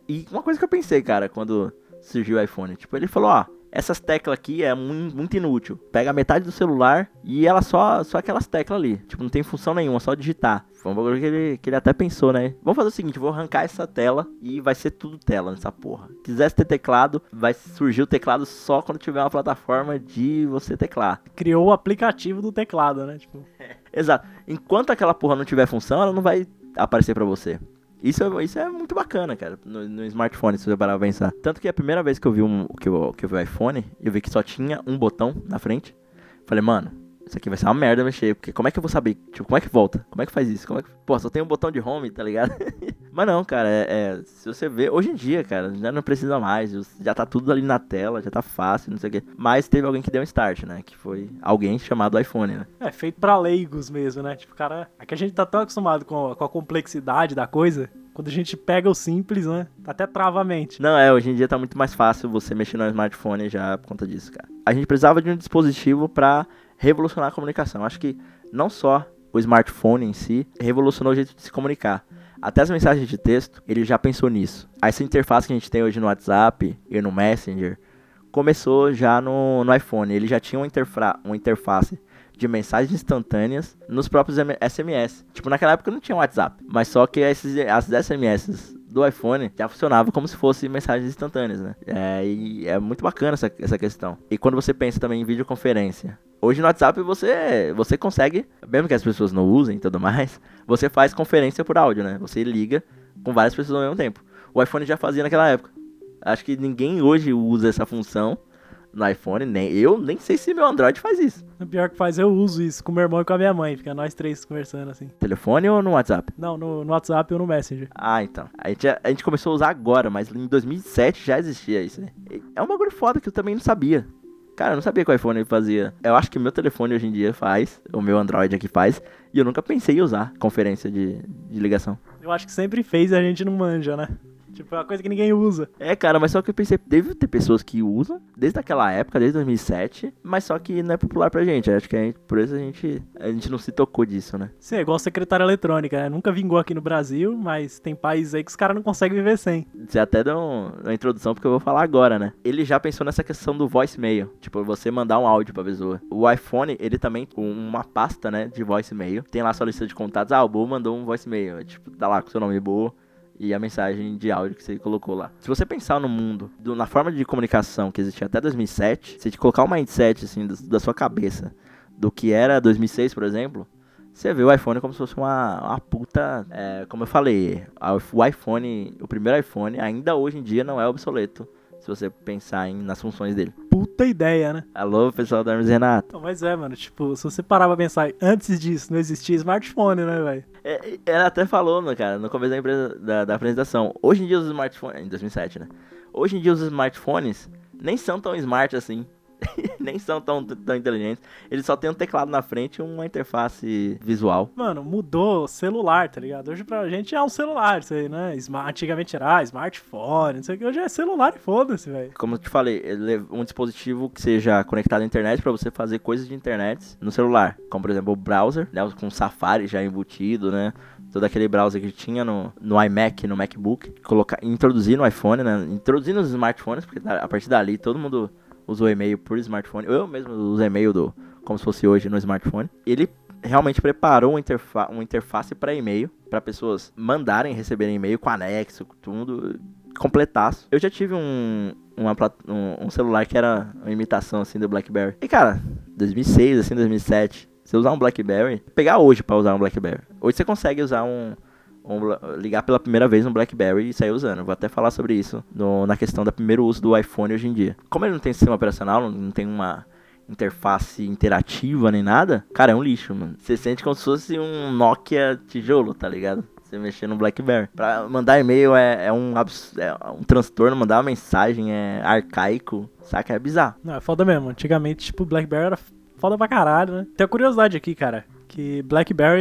E uma coisa que eu pensei, cara, quando surgiu o iPhone, tipo, ele falou, ó, essas teclas aqui é muito, muito inútil. Pega metade do celular e ela só, só aquelas teclas ali. Tipo, não tem função nenhuma, só digitar. Foi um bagulho que ele, que ele até pensou, né? Vamos fazer o seguinte, vou arrancar essa tela e vai ser tudo tela nessa porra. Quisesse ter teclado, vai surgir o teclado só quando tiver uma plataforma de você teclar. Criou o aplicativo do teclado, né? Tipo... Exato. Enquanto aquela porra não tiver função, ela não vai aparecer pra você. Isso é, isso é muito bacana, cara, no, no smartphone, se você parar pra pensar. Tanto que a primeira vez que eu vi, um, que eu, que eu vi o iPhone, eu vi que só tinha um botão na frente. Falei, mano, isso aqui vai ser uma merda mexer, porque como é que eu vou saber? Tipo, como é que volta? Como é que faz isso? Como é que... Pô, só tem um botão de home, tá ligado? Mas não, cara, é, é, se você vê, hoje em dia, cara, já não precisa mais, já tá tudo ali na tela, já tá fácil, não sei o quê. Mas teve alguém que deu um start, né, que foi alguém chamado iPhone, né? É, feito pra leigos mesmo, né? Tipo, cara, é que a gente tá tão acostumado com, com a complexidade da coisa, quando a gente pega o simples, né, até trava a mente. Não, é, hoje em dia tá muito mais fácil você mexer no smartphone já por conta disso, cara. A gente precisava de um dispositivo pra revolucionar a comunicação. Acho que não só o smartphone em si revolucionou o jeito de se comunicar. Até as mensagens de texto, ele já pensou nisso. Essa interface que a gente tem hoje no WhatsApp e no Messenger começou já no, no iPhone. Ele já tinha uma, interfa- uma interface de mensagens instantâneas nos próprios S M S. Tipo, naquela época não tinha WhatsApp, mas só que esses, as S M S do iPhone já funcionavam como se fossem mensagens instantâneas, né? É, e é muito bacana essa, essa questão. E quando você pensa também em videoconferência, hoje no WhatsApp você, você consegue, mesmo que as pessoas não usem e tudo mais, você faz conferência por áudio, né? Você liga com várias pessoas ao mesmo tempo. O iPhone já fazia naquela época. Acho que ninguém hoje usa essa função no iPhone, nem eu nem sei se meu Android faz isso. O pior que faz, eu uso isso com meu irmão e com a minha mãe. Fica nós três conversando assim. Telefone ou no WhatsApp? Não, no, no WhatsApp ou no Messenger. Ah, então. A gente, a gente começou a usar agora, mas em dois mil e sete já existia isso, né? É um bagulho foda que eu também não sabia. Cara, eu não sabia que o iPhone fazia. Eu acho que meu telefone hoje em dia faz, o meu Android aqui faz, e eu nunca pensei em usar conferência de, de ligação. Eu acho que sempre fez e a gente não manja, né? Tipo, é uma coisa que ninguém usa. É, cara, mas só que eu pensei, deve ter pessoas que usam, desde aquela época, desde dois mil e sete, mas só que não é popular pra gente. Acho que a gente, por isso a gente, a gente não se tocou disso, né? Sim, é igual secretária eletrônica, né? Nunca vingou aqui no Brasil, mas tem países aí que os caras não conseguem viver sem. Você até deu um, uma introdução porque eu vou falar agora, né? Ele já pensou nessa questão do voicemail, tipo, você mandar um áudio pra pessoa. O iPhone, ele também, com uma pasta, né, de voicemail, tem lá sua lista de contatos. Ah, o Bo mandou um voicemail, tipo, tá lá com o seu nome, Bo, e a mensagem de áudio que você colocou lá. Se você pensar no mundo, do, na forma de comunicação que existia até dois mil e sete, se te colocar um mindset, assim, do, da sua cabeça, do que era dois mil e seis, por exemplo, você vê o iPhone como se fosse uma, uma puta... É, como eu falei, a, o iPhone, o primeiro iPhone, ainda hoje em dia não é obsoleto, se você pensar em, nas funções dele. Puta ideia, né? Alô, pessoal da Hermes Renato. Não, mas é, mano, tipo, se você parar pra pensar, antes disso não existia smartphone, né, velho? É, ela até falou, né, cara, no começo da, empresa, da, da apresentação. Hoje em dia os smartphones... Em dois mil e sete, né? Hoje em dia os smartphones nem são tão smart assim. Nem são tão, tão inteligentes. Eles só tem um teclado na frente e uma interface visual. Mano, mudou celular, tá ligado? Hoje pra gente é um celular, isso aí, né? Smart, antigamente era ah, smartphone, não sei o que. Hoje é celular e foda-se, velho. Como eu te falei, ele é um dispositivo que seja conectado à internet pra você fazer coisas de internet no celular. Como, por exemplo, o browser, né? Com o Safari já embutido, né? Todo aquele browser que tinha no, no iMac, no MacBook. Colocar, introduzir no iPhone, né? Introduzir nos smartphones, porque a partir dali todo mundo usou e-mail por smartphone. Eu mesmo uso e-mail do, como se fosse hoje no smartphone. Ele realmente preparou uma, interfa uma interface para e-mail, para pessoas mandarem e receberem e-mail com anexo, com tudo, completaço. Eu já tive um, uma, um, um celular que era uma imitação assim do BlackBerry. E cara, dois mil e seis, assim, dois mil e sete, você usar um BlackBerry, pegar hoje para usar um BlackBerry. Hoje você consegue usar um... Um, ligar pela primeira vez no BlackBerry e sair usando. Vou até falar sobre isso no, na questão do primeiro uso do iPhone hoje em dia. Como ele não tem sistema operacional, não, não tem uma interface interativa nem nada, cara, é um lixo, mano. Você sente como se fosse um Nokia tijolo, tá ligado? Você mexer no BlackBerry. Pra mandar e-mail é, é, um, é um transtorno, mandar uma mensagem é arcaico, saca? É bizarro. Não, é foda mesmo. Antigamente, tipo, BlackBerry era foda pra caralho, né? Tem a curiosidade aqui, cara, que BlackBerry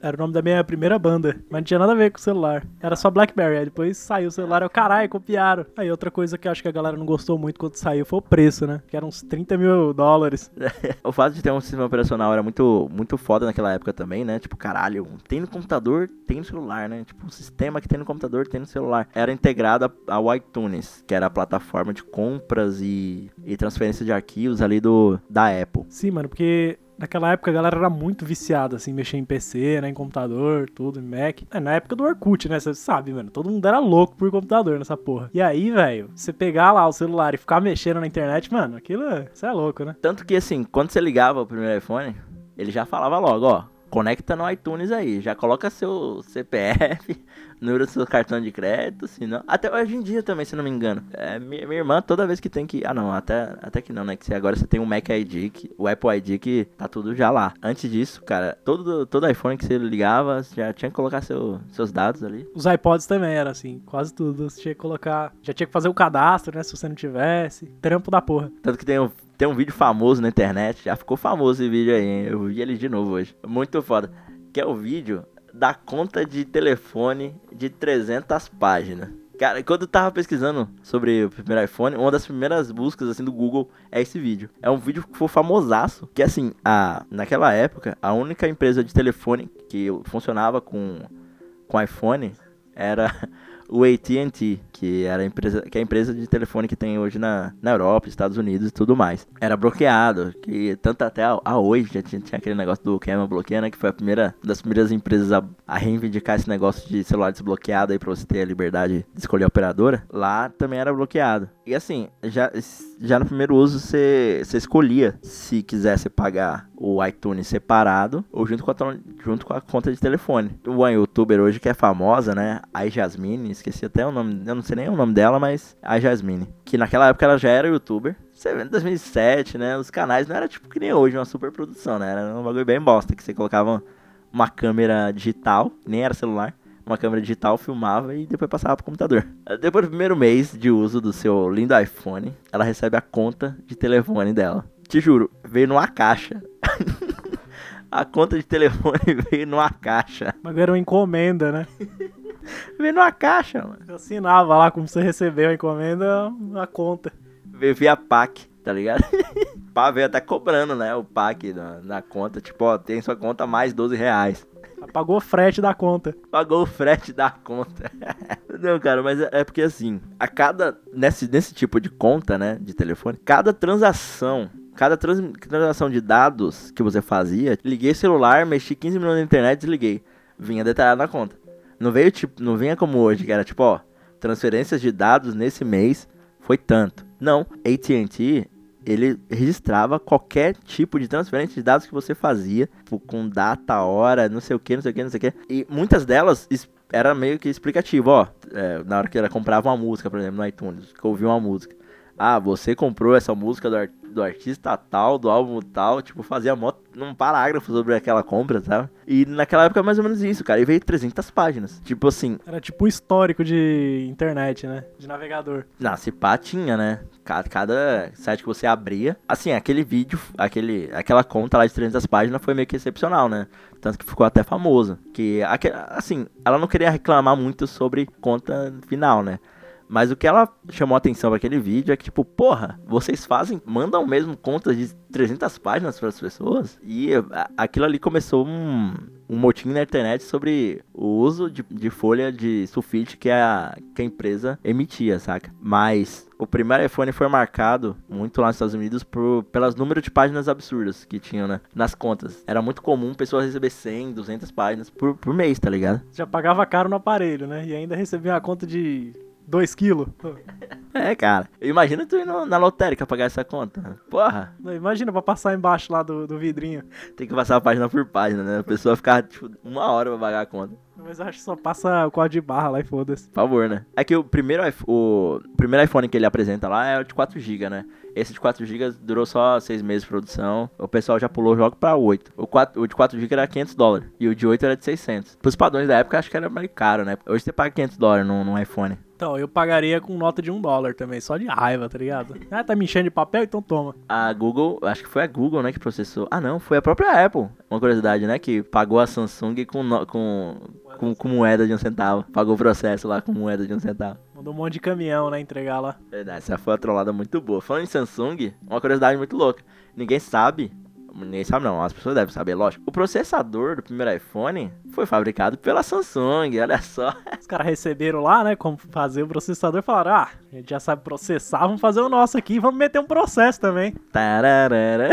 Era o nome da minha primeira banda, mas não tinha nada a ver com o celular. Era só BlackBerry, aí depois saiu o celular, eu, caralho, copiaram. Aí outra coisa que eu acho que a galera não gostou muito quando saiu foi o preço, né? Que eram uns trinta mil dólares. O fato de ter um sistema operacional era muito, muito foda naquela época também, né? Tipo, caralho, tem no computador, tem no celular, né? Tipo, um sistema que tem no computador, tem no celular. Era integrado ao iTunes, que era a plataforma de compras e, e transferência de arquivos ali do, da Apple. Sim, mano, porque naquela época a galera era muito viciada, assim, mexer em P C, né, em computador, tudo, em Mac. É, na época do Orkut, né, você sabe, mano, todo mundo era louco por computador nessa porra. E aí, velho, você pegar lá o celular e ficar mexendo na internet, mano, aquilo, você é louco, né? Tanto que, assim, quando você ligava o primeiro iPhone, ele já falava logo, ó, conecta no iTunes aí, já coloca seu C P F, número do seu cartão de crédito, senão... Até hoje em dia também, se não me engano. É, minha, minha irmã, toda vez que tem que... Ah, não, até, até que não, né? Que você, agora você tem o Mac I D, que, o Apple I D, que tá tudo já lá. Antes disso, cara, todo, todo iPhone que você ligava, já tinha que colocar seu, seus dados ali. Os iPods também era assim, quase tudo. Você tinha que colocar... Já tinha que fazer o cadastro, né? Se você não tivesse. Trampo da porra. Tanto que tem um... Tem um vídeo famoso na internet, já ficou famoso esse vídeo aí, hein? Eu vi ele de novo hoje. Muito foda. Que é o vídeo da conta de telefone de trezentas páginas. Cara, quando eu tava pesquisando sobre o primeiro iPhone, uma das primeiras buscas assim do Google é esse vídeo. É um vídeo que foi famosaço, que assim, a, naquela época, a única empresa de telefone que funcionava com, com iPhone era o A T and T, que era a empresa, que é a empresa de telefone que tem hoje na, na Europa, Estados Unidos e tudo mais. Era bloqueado, que tanto até a, a Oi já tinha, tinha aquele negócio do Camel bloqueia, né, que foi a primeira das primeiras empresas a, a reivindicar esse negócio de celular desbloqueado aí pra você ter a liberdade de escolher a operadora. Lá também era bloqueado. E assim, já, já no primeiro uso você, você escolhia se quisesse pagar o iTunes separado ou junto com, a, junto com a conta de telefone. Uma youtuber hoje que é famosa, né, a Jasmine, esqueci até o nome, eu não sei nem o nome dela, mas a Jasmine, que naquela época ela já era youtuber. Você vê em dois mil e sete, né, os canais não era tipo que nem hoje, uma super produção, né, era um bagulho bem bosta, que você colocava uma câmera digital, nem era celular, uma câmera digital, filmava e depois passava pro computador. Depois do primeiro mês de uso do seu lindo iPhone, ela recebe a conta de telefone dela. Te juro, veio numa caixa. A conta de telefone veio numa caixa. Mas era uma encomenda, né? Veio numa caixa, mano. Eu assinava lá como você recebeu a encomenda, a conta. Veio via P A C, tá ligado? Pá, veio até cobrando, né, o P A C na, na conta. Tipo, ó, tem sua conta mais doze reais. Pagou o frete da conta. Pagou o frete da conta. Não, cara, mas é, é porque assim, a cada... Nesse, nesse tipo de conta, né, de telefone, cada transação... Cada trans, transação de dados que você fazia, liguei o celular, mexi quinze minutos na internet, desliguei. Vinha detalhado na conta. Não veio tipo, não vinha como hoje, que era tipo, ó, transferências de dados nesse mês foi tanto. Não, A T and T, ele registrava qualquer tipo de transferência de dados que você fazia, com data, hora, não sei o que, não sei o que, não sei o que. E muitas delas era meio que explicativo, ó, é, na hora que ela comprava uma música, por exemplo, no iTunes, que eu ouvi uma música. Ah, você comprou essa música do, art do artista tal, do álbum tal, tipo, fazia mó, um parágrafo sobre aquela compra, sabe? E naquela época é mais ou menos isso, cara, e veio trezentas páginas, tipo assim... Era tipo um histórico de internet, né? De navegador. Não, se pá tinha, né? Cada, cada site que você abria, assim, aquele vídeo, aquele, aquela conta lá de trezentas páginas foi meio que excepcional, né? Tanto que ficou até famosa, que, assim, ela não queria reclamar muito sobre conta final, né? Mas o que ela chamou a atenção para aquele vídeo é que, tipo, porra, vocês fazem, mandam mesmo contas de trezentas páginas para as pessoas? E aquilo ali começou um, um motim na internet sobre o uso de, de folha de sulfite que a, que a empresa emitia, saca? Mas o primeiro iPhone foi marcado muito lá nos Estados Unidos por, pelas números de páginas absurdas que tinham, né, nas contas. Era muito comum pessoas receber cem, duzentas páginas por, por mês, tá ligado? Já pagava caro no aparelho, né? E ainda recebia uma conta de... dois quilos? É, cara. Imagina tu ir no, na lotérica pagar essa conta. Porra. Imagina pra passar embaixo lá do, do vidrinho. Tem que passar página por página, né? A pessoa ficar, tipo, uma hora pra pagar a conta. Mas eu acho que só passa o código de barra lá e foda-se. Por favor, né? É que o primeiro, o primeiro iPhone que ele apresenta lá é o de quatro gigas, né? Esse de quatro gigas durou só seis meses de produção. O pessoal já pulou o jogo pra oito. O, quatro, o de quatro gigas era quinhentos dólares. E o de oito era de seiscentos. Pros padrões da época, acho que era mais caro, né? Hoje você paga quinhentos dólares num, num iPhone. Então, eu pagaria com nota de um dólar também, só de raiva, tá ligado? Ah, tá me enchendo de papel? Então toma. A Google, acho que foi a Google, né, que processou. Ah, não, foi a própria Apple. Uma curiosidade, né, que pagou a Samsung com, no... com... com, com moeda de um centavo. Pagou o processo lá com moeda de um centavo. Mandou um monte de caminhão, né, entregar lá. Verdade, essa foi uma trollada muito boa. Falando em Samsung, uma curiosidade muito louca. Ninguém sabe, ninguém sabe não, as pessoas devem saber, lógico. O processador do primeiro iPhone foi fabricado pela Samsung, olha só. Os caras receberam lá, né, como fazer o processador e falaram, ah, a gente já sabe processar, vamos fazer o nosso aqui, vamos meter um processo também. Tararara.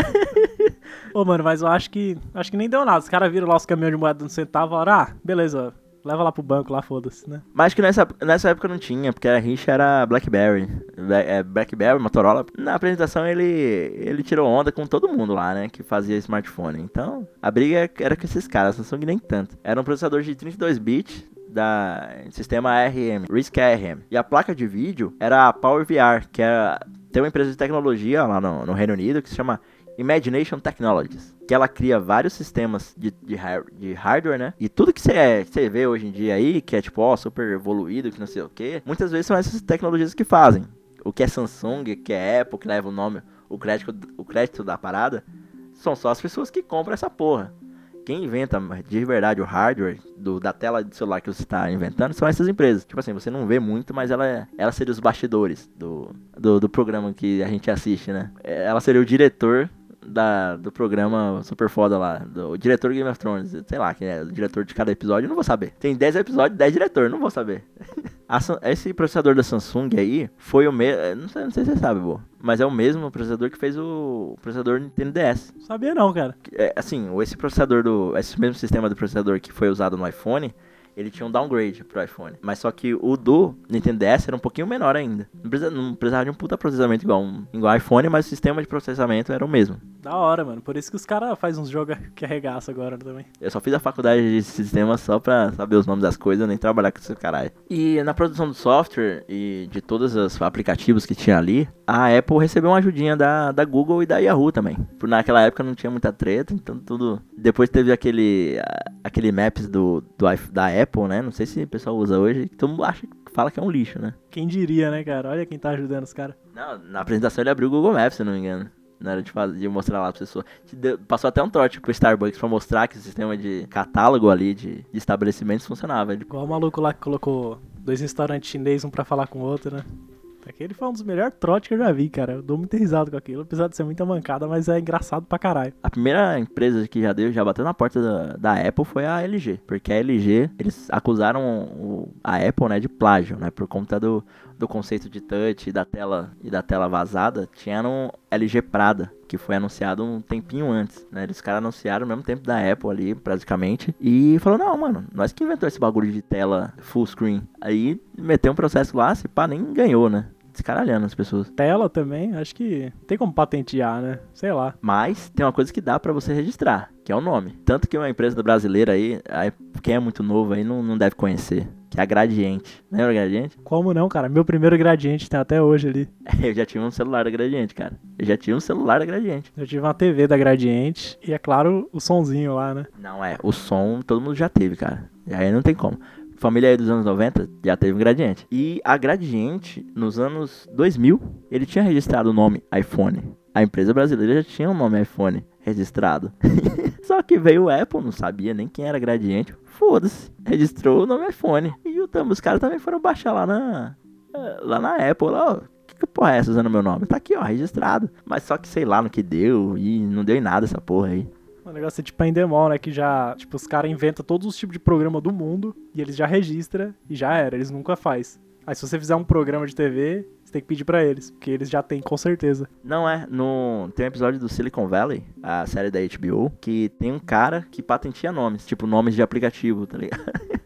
Ô, mano, mas eu acho que, acho que nem deu nada. Os caras viram lá os caminhões de moeda de um centavo e falaram, ah, beleza, leva lá pro banco, lá, foda-se, né? Mas acho que nessa, nessa época não tinha, porque a rixa era BlackBerry. Bla- é, BlackBerry, Motorola. Na apresentação ele, ele tirou onda com todo mundo lá, né, que fazia smartphone. Então, a briga era com esses caras, a Samsung nem tanto. Era um processador de trinta e dois bits da sistema A R M, RISC-A R M. E a placa de vídeo era a PowerVR, que era, tem uma empresa de tecnologia lá no, no Reino Unido que se chama Imagination Technologies, que ela cria vários sistemas de, de, har- de hardware, né? E tudo que você vê hoje em dia aí, que é tipo, ó, super evoluído, que não sei o que, muitas vezes são essas tecnologias que fazem. O que é Samsung, que é Apple, que leva o nome, o crédito, o crédito da parada, são só as pessoas que compram essa porra. Quem inventa de verdade o hardware do, da tela de celular que você está inventando são essas empresas. Tipo assim, você não vê muito, mas ela, ela seria os bastidores do, do, do programa que a gente assiste, né? Ela seria o diretor da, do programa super foda lá, do o diretor Game of Thrones, sei lá, quem é o diretor de cada episódio, eu não vou saber. Tem dez episódios, dez diretores, não vou saber. A, esse processador da Samsung aí foi o mesmo, não sei, não sei se você sabe, boa, mas é o mesmo processador que fez o processador Nintendo D S. Sabia não, cara. É, assim, esse processador do, esse mesmo sistema do processador que foi usado no iPhone, ele tinha um downgrade pro iPhone. Mas só que o do Nintendo D S era um pouquinho menor ainda. Não precisava, não precisava de um puta processamento igual um igual iPhone, mas o sistema de processamento era o mesmo. Da hora, mano. Por isso que os caras fazem uns jogos que arregaça agora também. Eu só fiz a faculdade de sistema só pra saber os nomes das coisas, nem trabalhar com esse caralho. E na produção do software e de todos os aplicativos que tinha ali, a Apple recebeu uma ajudinha da, da Google e da Yahoo também. Por naquela época não tinha muita treta, então tudo... Depois teve aquele, aquele Maps do, do, da Apple, né? Não sei se o pessoal usa hoje, que todo mundo acha, fala que é um lixo, né? Quem diria, né, cara? Olha quem tá ajudando os caras. Não, na apresentação ele abriu o Google Maps, se não me engano. Na hora de, fazer, de mostrar lá pra pessoa. Deu, passou até um trote pro Starbucks pra mostrar que o sistema de catálogo ali de, de estabelecimentos funcionava. Ele... Igual o maluco lá que colocou dois restaurantes chineses, um pra falar com o outro, né? Aquele foi um dos melhores trotes que eu já vi, cara. Eu dou muita risada com aquilo, apesar de ser muita mancada, mas é engraçado pra caralho. A primeira empresa que já deu, já bateu na porta da, da Apple foi a L G. Porque a L G, eles acusaram o, a Apple, né, de plágio, né? Por conta do, do conceito de touch e da tela, e da tela vazada. Tinha no L G Prada, que foi anunciado um tempinho antes, né? Eles caras anunciaram ao mesmo tempo da Apple ali, praticamente. E falou, não, mano, nós que inventou esse bagulho de tela full screen. Aí meteu um processo lá, se pá, nem ganhou, né? Descaralhando as pessoas. Tela também, acho que tem como patentear, né? Sei lá. Mas tem uma coisa que dá pra você registrar, que é o nome. Tanto que uma empresa brasileira aí, aí quem é muito novo aí não, não deve conhecer, que é a Gradiente. Lembra a Gradiente? Como não, cara? Meu primeiro Gradiente tem até hoje ali. Eu já tive um celular da Gradiente, cara. Eu já tive um celular da Gradiente. Eu tive uma T V da Gradiente e, é claro, o sonzinho lá, né? Não, é, o som todo mundo já teve, cara. E aí não tem como. Família aí dos anos noventa já teve um Gradiente. E a Gradiente, nos anos dois mil, ele tinha registrado o nome iPhone. A empresa brasileira já tinha o nome iPhone registrado. Só que veio o Apple, não sabia nem quem era Gradiente. Foda-se, registrou o nome iPhone. E o, os caras também foram baixar lá na, lá na Apple. Lá, ó, que, que porra é essa usando meu nome? Tá aqui, ó, registrado. Mas só que sei lá no que deu e não deu em nada essa porra aí. O negócio é tipo a Endemol, né? Que já, tipo, os caras inventam todos os tipos de programa do mundo e eles já registram e já era, eles nunca faz. Aí se você fizer um programa de T V, você tem que pedir pra eles, porque eles já têm, com certeza. Não é, no... tem um episódio do Silicon Valley, a série da H B O, que tem um cara que patenteia nomes, tipo nomes de aplicativo, tá ligado?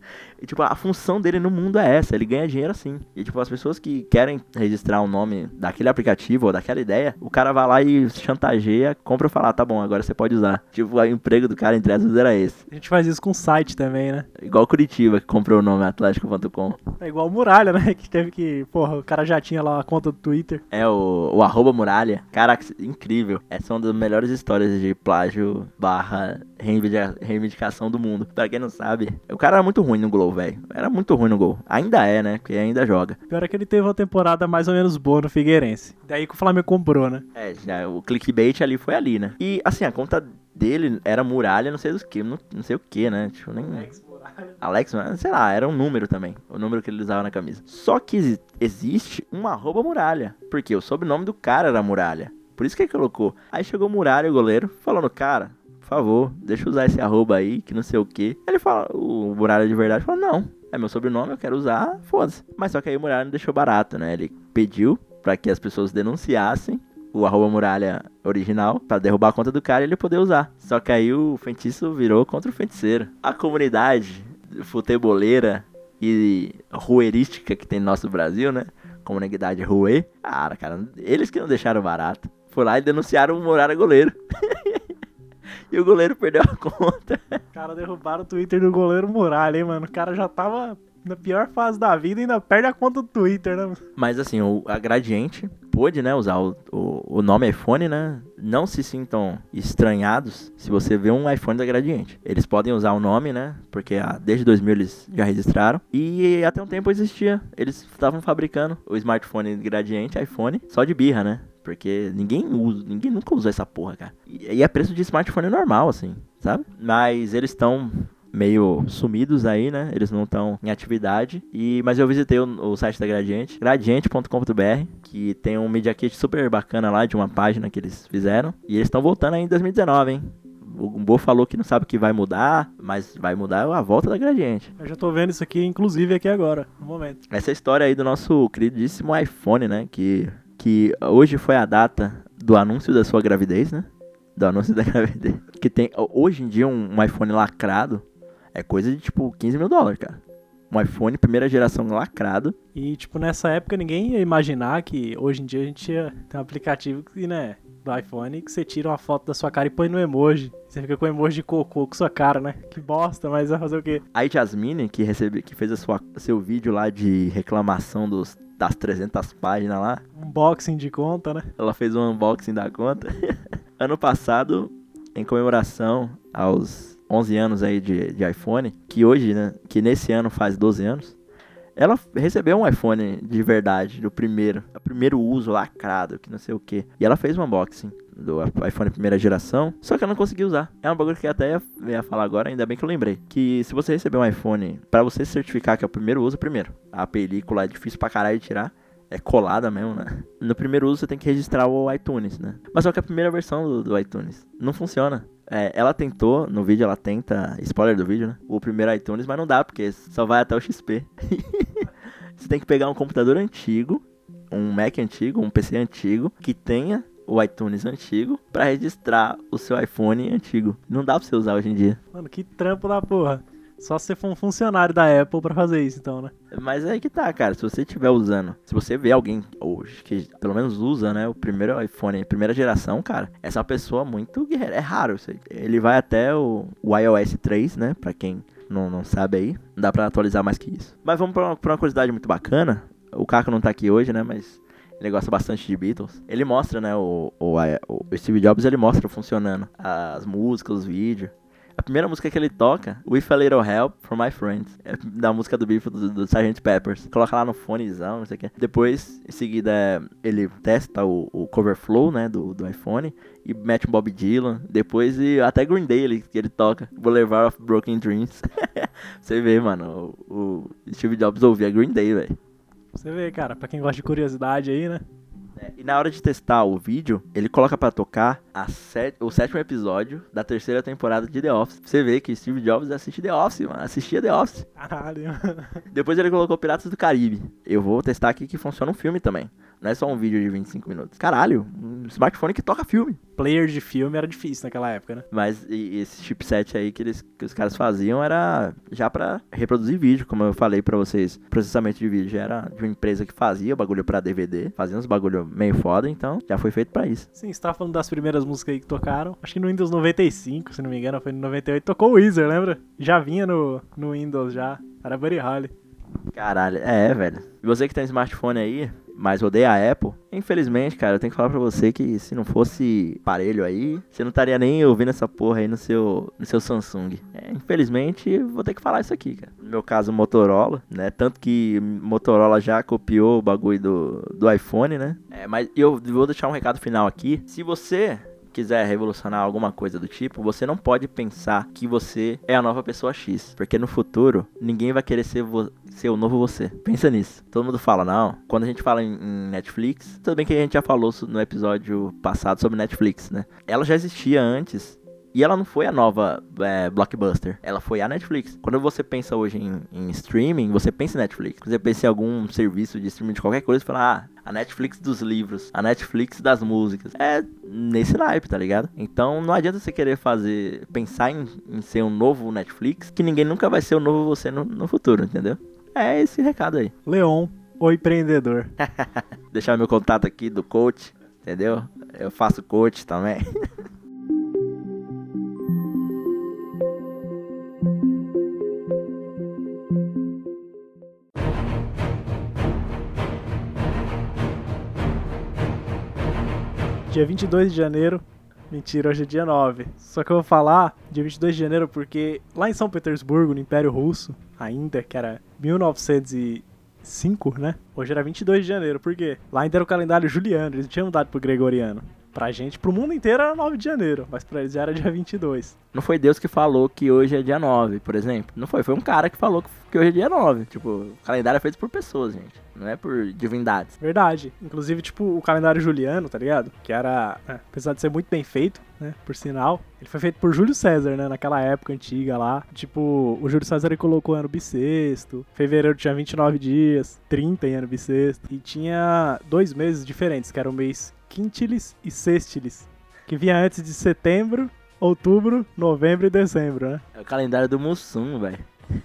E tipo, a função dele no mundo é essa, ele ganha dinheiro assim. E tipo, as pessoas que querem registrar o nome daquele aplicativo ou daquela ideia, o cara vai lá e chantageia, compra e fala, ah, tá bom, agora você pode usar. Tipo, o emprego do cara, entre aspas, era esse. A gente faz isso com o site também, né? Igual Curitiba, que comprou o nome Atlético ponto com. É igual o Muralha, né? Que teve que, porra, o cara já tinha lá a conta do Twitter. É, o, o arroba muralha. Caraca, incrível. Essa é uma das melhores histórias de plágio barra reivindica- reivindicação do mundo. Pra quem não sabe, o cara era muito ruim no Gol, velho. Era muito ruim no Gol. Ainda é, né? Porque ainda joga. Pior é que ele teve uma temporada mais ou menos boa no Figueirense. Daí que o Flamengo comprou, né? É, já, o clickbait ali foi ali, né? E, assim, a conta dele era muralha, não sei do que, não, não sei o que, né? Tipo, nem... Alex, sei lá, era um número também. O número que ele usava na camisa. Só que exi- existe um arroba muralha. Porque o sobrenome do cara era muralha. Por isso que ele colocou. Aí chegou o Muralha, o goleiro, falando, cara, por favor, deixa eu usar esse arroba aí, que não sei o que. Ele fala, o Muralha de verdade falou, não, é meu sobrenome, eu quero usar, foda-se. Mas só que aí o Muralha não deixou barato, né? Ele pediu pra que as pessoas denunciassem o arroba Muralha original, pra derrubar a conta do cara e ele poder usar. Só que aí o feitiço virou contra o feiticeiro. A comunidade futeboleira e ruerística que tem no nosso Brasil, né? Comunidade ruê. Cara, cara, eles que não deixaram barato. Foi lá e denunciaram o Muralha goleiro. E o goleiro perdeu a conta. Cara, derrubaram o Twitter do goleiro Muralha, hein, mano? O cara já tava na pior fase da vida e ainda perde a conta do Twitter, né? Mas assim, o, a Gradiente pôde, né, usar o, o, o nome iPhone, né? Não se sintam estranhados se você vê um iPhone da Gradiente. Eles podem usar o nome, né? Porque ah, desde dois mil eles já registraram. E até um tempo existia. Eles estavam fabricando o smartphone Gradiente, iPhone, só de birra, né? Porque ninguém usa, ninguém nunca usou essa porra, cara. E, e é preço de smartphone normal, assim, sabe? Mas eles estão meio sumidos aí, né? Eles não estão em atividade. E, mas eu visitei o, o site da Gradiente, gradiente ponto com ponto b r, que tem um Media Kit super bacana lá, de uma página que eles fizeram. E eles estão voltando aí em dois mil e dezenove, hein? O Bo falou que não sabe o que vai mudar, mas vai mudar a volta da Gradiente. Eu já tô vendo isso aqui, inclusive, aqui agora, no momento. Essa é a história aí do nosso queridíssimo iPhone, né? Que... que hoje foi a data do anúncio da sua gravidez, né? Do anúncio da gravidez. Que tem, hoje em dia, um, um iPhone lacrado é coisa de, tipo, quinze mil dólares, cara. Um iPhone primeira geração lacrado. E, tipo, nessa época ninguém ia imaginar que hoje em dia a gente ia ter um aplicativo que, né, do iPhone que você tira uma foto da sua cara e põe no emoji. Você fica com emoji de cocô com sua cara, né? Que bosta, mas vai fazer o quê? A Jasmine, que, recebe, que fez a sua, seu vídeo lá de reclamação dos... das trezentas páginas lá. Unboxing de conta, né? Ela fez um unboxing da conta. Ano passado, em comemoração aos onze anos aí de, de iPhone, que hoje, né, que nesse ano faz doze anos, ela recebeu um iPhone de verdade, do primeiro, o primeiro uso lacrado, que não sei o que. E ela fez um unboxing do iPhone primeira geração, só que ela não conseguiu usar. É um bagulho que eu até ia, ia falar agora, ainda bem que eu lembrei. Que se você receber um iPhone, pra você certificar que é o primeiro uso, primeiro, a película é difícil pra caralho de tirar. É colada mesmo, né? No primeiro uso você tem que registrar o iTunes, né? Mas só que a primeira versão do, do iTunes não funciona. É, ela tentou, no vídeo ela tenta, spoiler do vídeo, né? O primeiro iTunes, mas não dá, porque só vai até o X P. Você tem que pegar um computador antigo, um Mac antigo, um P C antigo, que tenha o iTunes antigo, pra registrar o seu iPhone antigo. Não dá pra você usar hoje em dia. Mano, que trampo da porra. Só se você for um funcionário da Apple pra fazer isso, então, né? Mas é aí que tá, cara. Se você estiver usando, se você vê alguém hoje que pelo menos usa, né, o primeiro iPhone, primeira geração, cara, essa pessoa muito guerreira. É raro isso aí. Ele vai até o, o iOS três, né, pra quem não, não sabe aí. Não dá pra atualizar mais que isso. Mas vamos pra uma, pra uma curiosidade muito bacana. O Caco não tá aqui hoje, né, mas ele gosta bastante de Beatles. Ele mostra, né, o, o, o Steve Jobs, ele mostra funcionando as músicas, os vídeos. A primeira música que ele toca, With a Little Help from My Friends, é da música do Beatles, do, do sergeant Peppers. Coloca lá no fonezão, não sei o que. Depois, em seguida, ele testa o, o cover flow, né, do, do iPhone e mete um Bob Dylan. Depois, e até Green Day ele, ele toca, Boulevard of Broken Dreams. Você vê, mano, o, o Steve Jobs ouvia Green Day, velho. Você vê, cara, pra quem gosta de curiosidade aí, né? É, e na hora de testar o vídeo, ele coloca pra tocar a set... o sétimo episódio da terceira temporada de The Office. Você vê que Steve Jobs assiste The Office, mano. Assistia The Office. Caralho. Depois ele colocou Piratas do Caribe. Eu vou testar aqui que funciona um filme também. Não é só um vídeo de vinte e cinco minutos. Caralho, um smartphone que toca filme. Player de filme era difícil naquela época, né? Mas e, esse chipset aí que, eles, que os caras faziam era já pra reproduzir vídeo, como eu falei pra vocês. Processamento de vídeo era de uma empresa que fazia bagulho pra D V D. Fazia uns bagulho meio foda, então já foi feito pra isso. Sim, você tava falando das primeiras músicas aí que tocaram. Acho que no Windows noventa e cinco, se não me engano, foi no noventa e oito. Tocou o Weezer, lembra? Já vinha no, no Windows já. Era Buddy Holly. Caralho, é, velho. E você que tem smartphone aí, mas odeia a Apple, infelizmente, cara, eu tenho que falar pra você que se não fosse aparelho aí, você não estaria nem ouvindo essa porra aí no seu, no seu Samsung. É, infelizmente, vou ter que falar isso aqui, cara. No meu caso, Motorola, né? Tanto que Motorola já copiou o bagulho do, do iPhone, né? É, mas eu vou deixar um recado final aqui. Se você quiser revolucionar alguma coisa do tipo, você não pode pensar que você é a nova pessoa X, porque no futuro ninguém vai querer ser, vo- ser o novo você. Pensa nisso. Todo mundo fala, não, quando a gente fala em, em Netflix, tudo bem que a gente já falou so- no episódio passado sobre Netflix, né? Ela já existia antes. E ela não foi a nova é, Blockbuster, ela foi a Netflix. Quando você pensa hoje em, em streaming, você pensa em Netflix. Quando você pensa em algum serviço de streaming de qualquer coisa, você fala, ah, a Netflix dos livros, a Netflix das músicas. É nesse naipe, tá ligado? Então não adianta você querer fazer, pensar em, em ser um novo Netflix, que ninguém nunca vai ser o novo você no, no futuro, entendeu? É esse recado aí. Leon, o empreendedor. Deixar meu contato aqui do coach, entendeu? Eu faço coach também. Dia vinte e dois de janeiro. Mentira, hoje é dia nove. Só que eu vou falar dia vinte e dois de janeiro porque lá em São Petersburgo, no Império Russo, ainda, que era mil novecentos e cinco, né? Hoje era vinte e dois de janeiro. Por quê? Lá ainda era o calendário juliano, eles não tinham mudado pro gregoriano. Pra gente, pro mundo inteiro era nove de janeiro, mas pra eles já era dia vinte e dois. Não foi Deus que falou que hoje é dia nove, por exemplo. Não foi, foi um cara que falou que hoje é dia nove. Tipo, o calendário é feito por pessoas, gente. Não é por divindades. Verdade. Inclusive, tipo, o calendário juliano, tá ligado? Que era, é, apesar de ser muito bem feito, né, por sinal, ele foi feito por Júlio César, né, naquela época antiga lá. Tipo, o Júlio César ele colocou ano bissexto, fevereiro tinha vinte e nove dias, trinta em ano bissexto, e tinha dois meses diferentes, que era o mês quintilis e sextilis, que vinha antes de setembro, outubro, novembro e dezembro, né? É o calendário do Mussum, velho.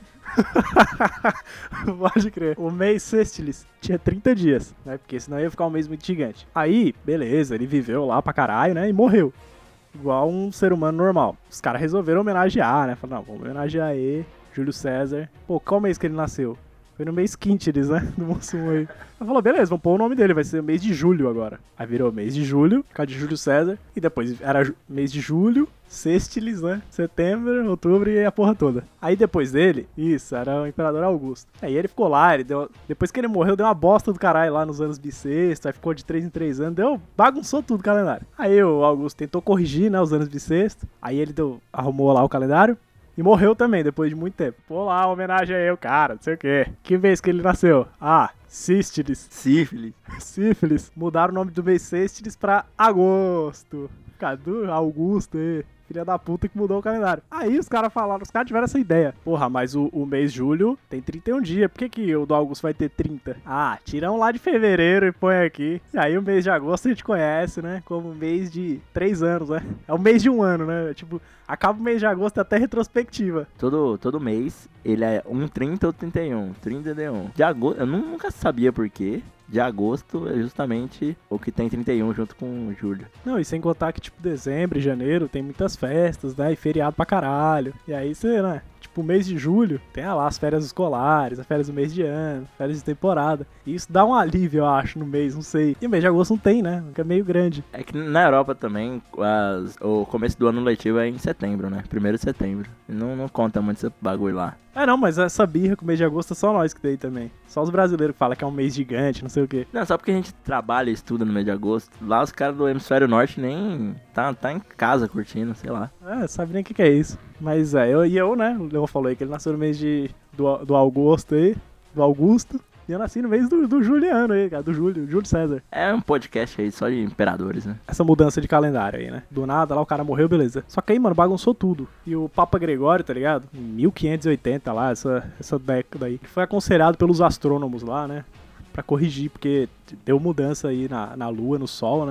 Pode crer. O mês sextilis tinha trinta dias, né? Porque senão ia ficar um mês muito gigante. Aí, beleza, ele viveu lá pra caralho, né? E morreu. Igual um ser humano normal. Os caras resolveram homenagear, né? Falaram, não, vamos homenagear aí, Júlio César. Pô, qual mês que ele nasceu? Foi no mês quintilis, né? Do Mussum aí. Ela falou, beleza, vamos pôr o nome dele, vai ser mês de julho agora. Aí virou mês de julho, por causa de Júlio César. E depois era ju- mês de julho, sextilis, né? Setembro, outubro e a porra toda. Aí depois dele, isso, era o Imperador Augusto. Aí ele ficou lá, ele deu. Depois que ele morreu, deu uma bosta do caralho lá nos anos bissextos. Aí ficou de três em três anos, deu. Bagunçou tudo o calendário. Aí o Augusto tentou corrigir, né? Os anos bissextos. Aí ele deu, arrumou lá o calendário. E morreu também, depois de muito tempo. Pô lá, homenagem a eu, cara, não sei o quê. Que mês que ele nasceu? Ah, Sístilis. Sífilis. Sífilis. Mudaram o nome do mês Sístilis pra agosto. Cadê Augusto aí? Filha da puta que mudou o calendário. Aí os caras falaram, os caras tiveram essa ideia. Porra, mas o, o mês julho tem trinta e um dias. Por que, que o do Augusto vai ter trinta? Ah, tira um lá de fevereiro e põe aqui. E aí o mês de agosto a gente conhece, né? Como mês de três anos, né? É o mês de um ano, né? Tipo, acaba o mês de agosto até retrospectiva. Todo, todo mês ele é um trinta ou trinta e um. trinta e um. De agosto, eu nunca sabia por quê. De agosto é justamente o que tem trinta e um junto com julho. Não, e sem contar que, tipo, dezembro e janeiro tem muitas festas, né? E feriado pra caralho. E aí você, né? Tipo, mês de julho tem ah, lá as férias escolares, as férias do mês de ano, férias de temporada. E isso dá um alívio, eu acho, no mês, não sei. E o mês de agosto não tem, né? Que é meio grande. É que na Europa também, as- o começo do ano letivo é em setembro, né? Primeiro de setembro. Não, não conta muito esse bagulho lá. É, não, mas essa birra com o mês de agosto é só nós que tem também. Só os brasileiros que falam que é um mês gigante, não sei o quê. Não, só porque a gente trabalha e estuda no mês de agosto. Lá os caras do hemisfério norte nem tá, tá em casa curtindo, sei lá. É, sabe nem o que, que é isso. Mas é, eu, e eu, né? O Leon falou aí que ele nasceu no mês de, do, do Augusto aí, do Augusto. E eu nasci no mês do, do Juliano aí, cara, do Júlio, Júlio César. É um podcast aí só de imperadores, né? Essa mudança de calendário aí, né? Do nada, lá o cara morreu, beleza. Só que aí, mano, bagunçou tudo. E o Papa Gregório, tá ligado? Em mil quinhentos e oitenta lá, essa, essa década aí, que foi aconselhado pelos astrônomos lá, né? Pra corrigir, porque deu mudança aí na, na Lua, no Sol, né?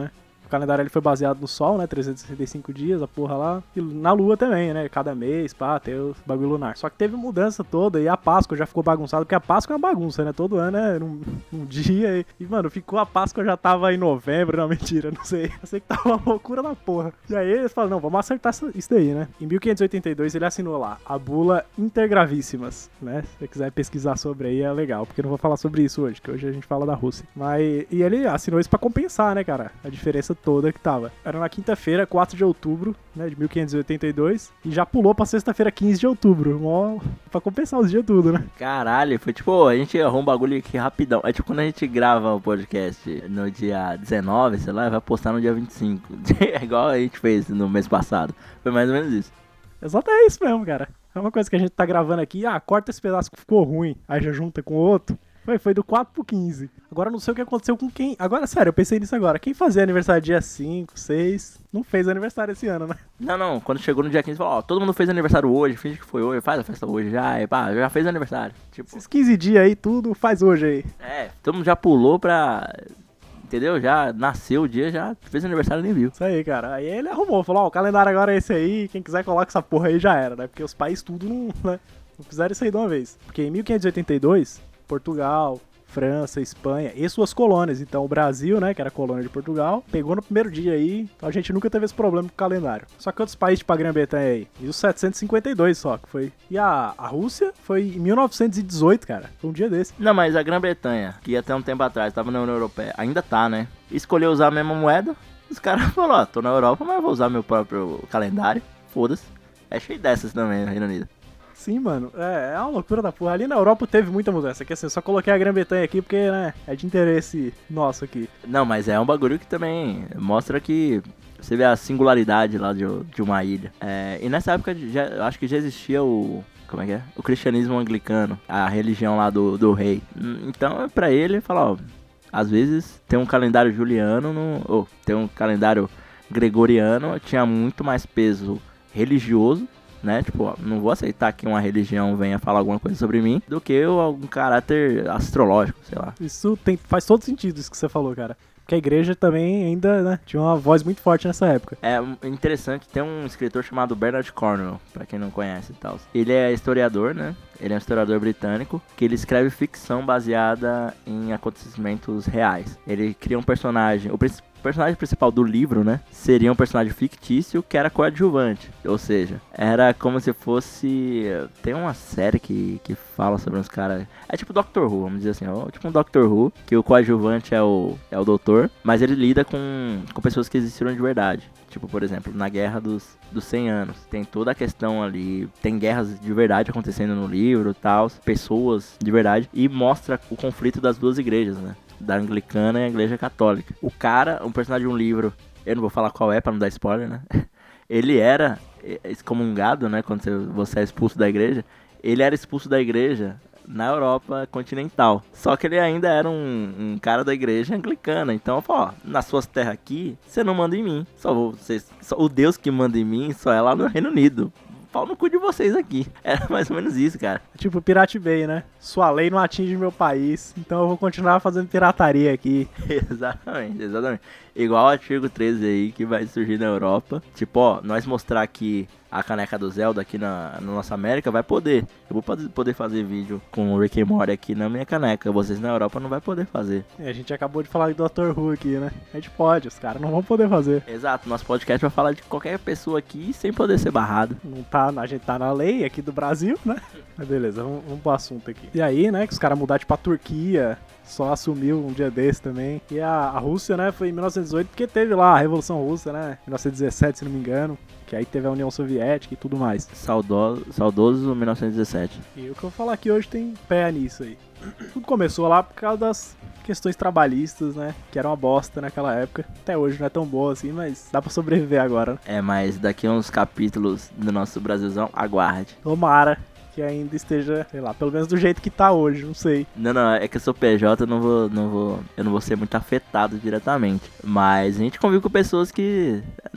O calendário ele foi baseado no Sol, né? trezentos e sessenta e cinco dias, a porra lá. E na Lua também, né? Cada mês, pá, tem o bagulho lunar. Só que teve mudança toda e a Páscoa já ficou bagunçada, porque a Páscoa é uma bagunça, né? Todo ano é num, num dia e, e, mano, ficou a Páscoa já tava em novembro, não, mentira, não sei. Eu sei que tava uma loucura da porra. E aí eles falaram, não, vamos acertar isso daí, né? Em mil quinhentos e oitenta e dois ele assinou lá a bula Intergravíssimas, né? Se você quiser pesquisar sobre aí é legal, porque eu não vou falar sobre isso hoje, que hoje a gente fala da Rússia. Mas, e ele assinou isso pra compensar, né, cara? A diferença toda que tava. Era na quinta-feira, quatro de outubro, né, de mil quinhentos e oitenta e dois, e já pulou pra sexta-feira, quinze de outubro. Mó, pra compensar os dias tudo, né? Caralho, foi tipo, a gente errou um bagulho aqui rapidão. É tipo quando a gente grava o podcast no dia dezenove, sei lá, vai postar no dia vinte e cinco. É igual a gente fez no mês passado. Foi mais ou menos isso. Exato, é isso mesmo, cara. É uma coisa que a gente tá gravando aqui, ah, corta esse pedaço que ficou ruim, aí já junta com o outro. Foi, foi do quatro pro quinze. Agora não sei o que aconteceu com quem... Agora, sério, eu pensei nisso agora. Quem fazia aniversário dia cinco, seis, não fez aniversário esse ano, né? Não, não, quando chegou no dia quinze, falou, ó, todo mundo fez aniversário hoje, finge que foi hoje, faz a festa hoje já, e pá, já fez aniversário. Tipo, Esses quinze dias aí, tudo faz hoje aí. é, todo mundo já pulou pra... Entendeu? Já nasceu o dia, já fez aniversário e nem viu. Isso aí, cara. Aí ele arrumou, falou, ó, o calendário agora é esse aí, quem quiser coloca essa porra aí já era, né? Porque os países tudo não, né, não fizeram isso aí de uma vez. Porque em mil quinhentos e oitenta e dois, Portugal, França, Espanha e suas colônias. Então o Brasil, né, que era colônia de Portugal, pegou no primeiro dia aí. Então a gente nunca teve esse problema com o calendário. Só que outros países, tipo a Grã-Bretanha aí, mil setecentos e cinquenta e dois só, que foi. E a, a Rússia foi em mil novecentos e dezoito, cara. Foi um dia desse. Não, mas a Grã-Bretanha, que até um tempo atrás tava na União Europeia, ainda tá, né? Escolheu usar a mesma moeda. Os caras falaram, ó, tô na Europa, mas vou usar meu próprio calendário. Foda-se. É cheio dessas também no Reino Unido. Sim, mano, é, é uma loucura da porra. Ali na Europa teve muita mudança, que assim, eu só coloquei a Grã-Bretanha aqui porque, né, é de interesse nosso aqui. Não, mas é um bagulho que também mostra que você vê a singularidade lá de, de uma ilha. É, e nessa época, já, eu acho que já existia o... Como é que é? O cristianismo anglicano, a religião lá do, do rei. Então, pra ele, falar, ó, às vezes tem um calendário juliano, no, ou tem um calendário gregoriano, tinha muito mais peso religioso, né? Tipo, ó, não vou aceitar que uma religião venha falar alguma coisa sobre mim do que eu, algum caráter astrológico, sei lá. Isso tem, faz todo sentido isso que você falou, cara. Porque a igreja também ainda, né, tinha uma voz muito forte nessa época. É interessante, tem um escritor chamado Bernard Cornwell, pra quem não conhece e tal. Ele é historiador, né? Ele é um historiador britânico, que ele escreve ficção baseada em acontecimentos reais. Ele cria um personagem, o principal O personagem principal do livro, né, seria um personagem fictício que era coadjuvante. Ou seja, era como se fosse... Tem uma série que, que fala sobre uns caras... É tipo Doctor Who, vamos dizer assim. Ó, tipo um Doctor Who, que o coadjuvante é o, é o doutor, mas ele lida com, com pessoas que existiram de verdade. Tipo, por exemplo, na Guerra dos, dos cem anos. Tem toda a questão ali... Tem guerras de verdade acontecendo no livro e tal. Pessoas de verdade. E mostra o conflito das duas igrejas, né? Da anglicana e a igreja católica. O cara, um personagem de um livro, eu não vou falar qual é pra não dar spoiler, né? Ele era excomungado, né? Quando você é expulso da igreja. Ele era expulso da igreja na Europa continental. Só que ele ainda era um, um cara da igreja anglicana. Então eu falo, ó, nas suas terras aqui, você não manda em mim. Só, você, só o Deus que manda em mim só é lá no Reino Unido. Pau no cu de vocês aqui. Era mais ou menos isso, cara. Tipo Pirate Bay, né? Sua lei não atinge meu país, então eu vou continuar fazendo pirataria aqui. Exatamente, exatamente. Igual o artigo treze aí, que vai surgir na Europa. Tipo, ó, nós mostrar aqui a caneca do Zelda aqui na, na nossa América, vai poder. Eu vou poder fazer vídeo com o Rick and Morty aqui na minha caneca. Vocês na Europa não vai poder fazer. É, a gente acabou de falar de doutor Who aqui, né? A gente pode, os caras não vão poder fazer. Exato, nosso podcast vai falar de qualquer pessoa aqui sem poder ser barrado. Não tá, a gente tá na lei aqui do Brasil, né? Mas beleza, vamos, vamos pro assunto aqui. E aí, né, que os caras mudaram tipo a Turquia, só assumiu um dia desse também. E a, a Rússia, né, foi em mil novecentos e dezoito, porque teve lá a Revolução Russa, né, mil novecentos e dezessete, se não me engano. Que aí teve a União Soviética e tudo mais. Saudoso, saudoso mil novecentos e dezessete. E o que eu vou falar aqui hoje tem pé nisso aí. Tudo começou lá por causa das questões trabalhistas, né? Que era uma bosta naquela época. Até hoje não é tão boa assim, mas dá pra sobreviver agora, né? É, mas daqui a uns capítulos do nosso Brasilzão, aguarde. Tomara que ainda esteja, sei lá, pelo menos do jeito que tá hoje, não sei. Não, não, é que eu sou P J, eu não vou, não vou, eu não vou ser muito afetado diretamente. Mas a gente convive com pessoas que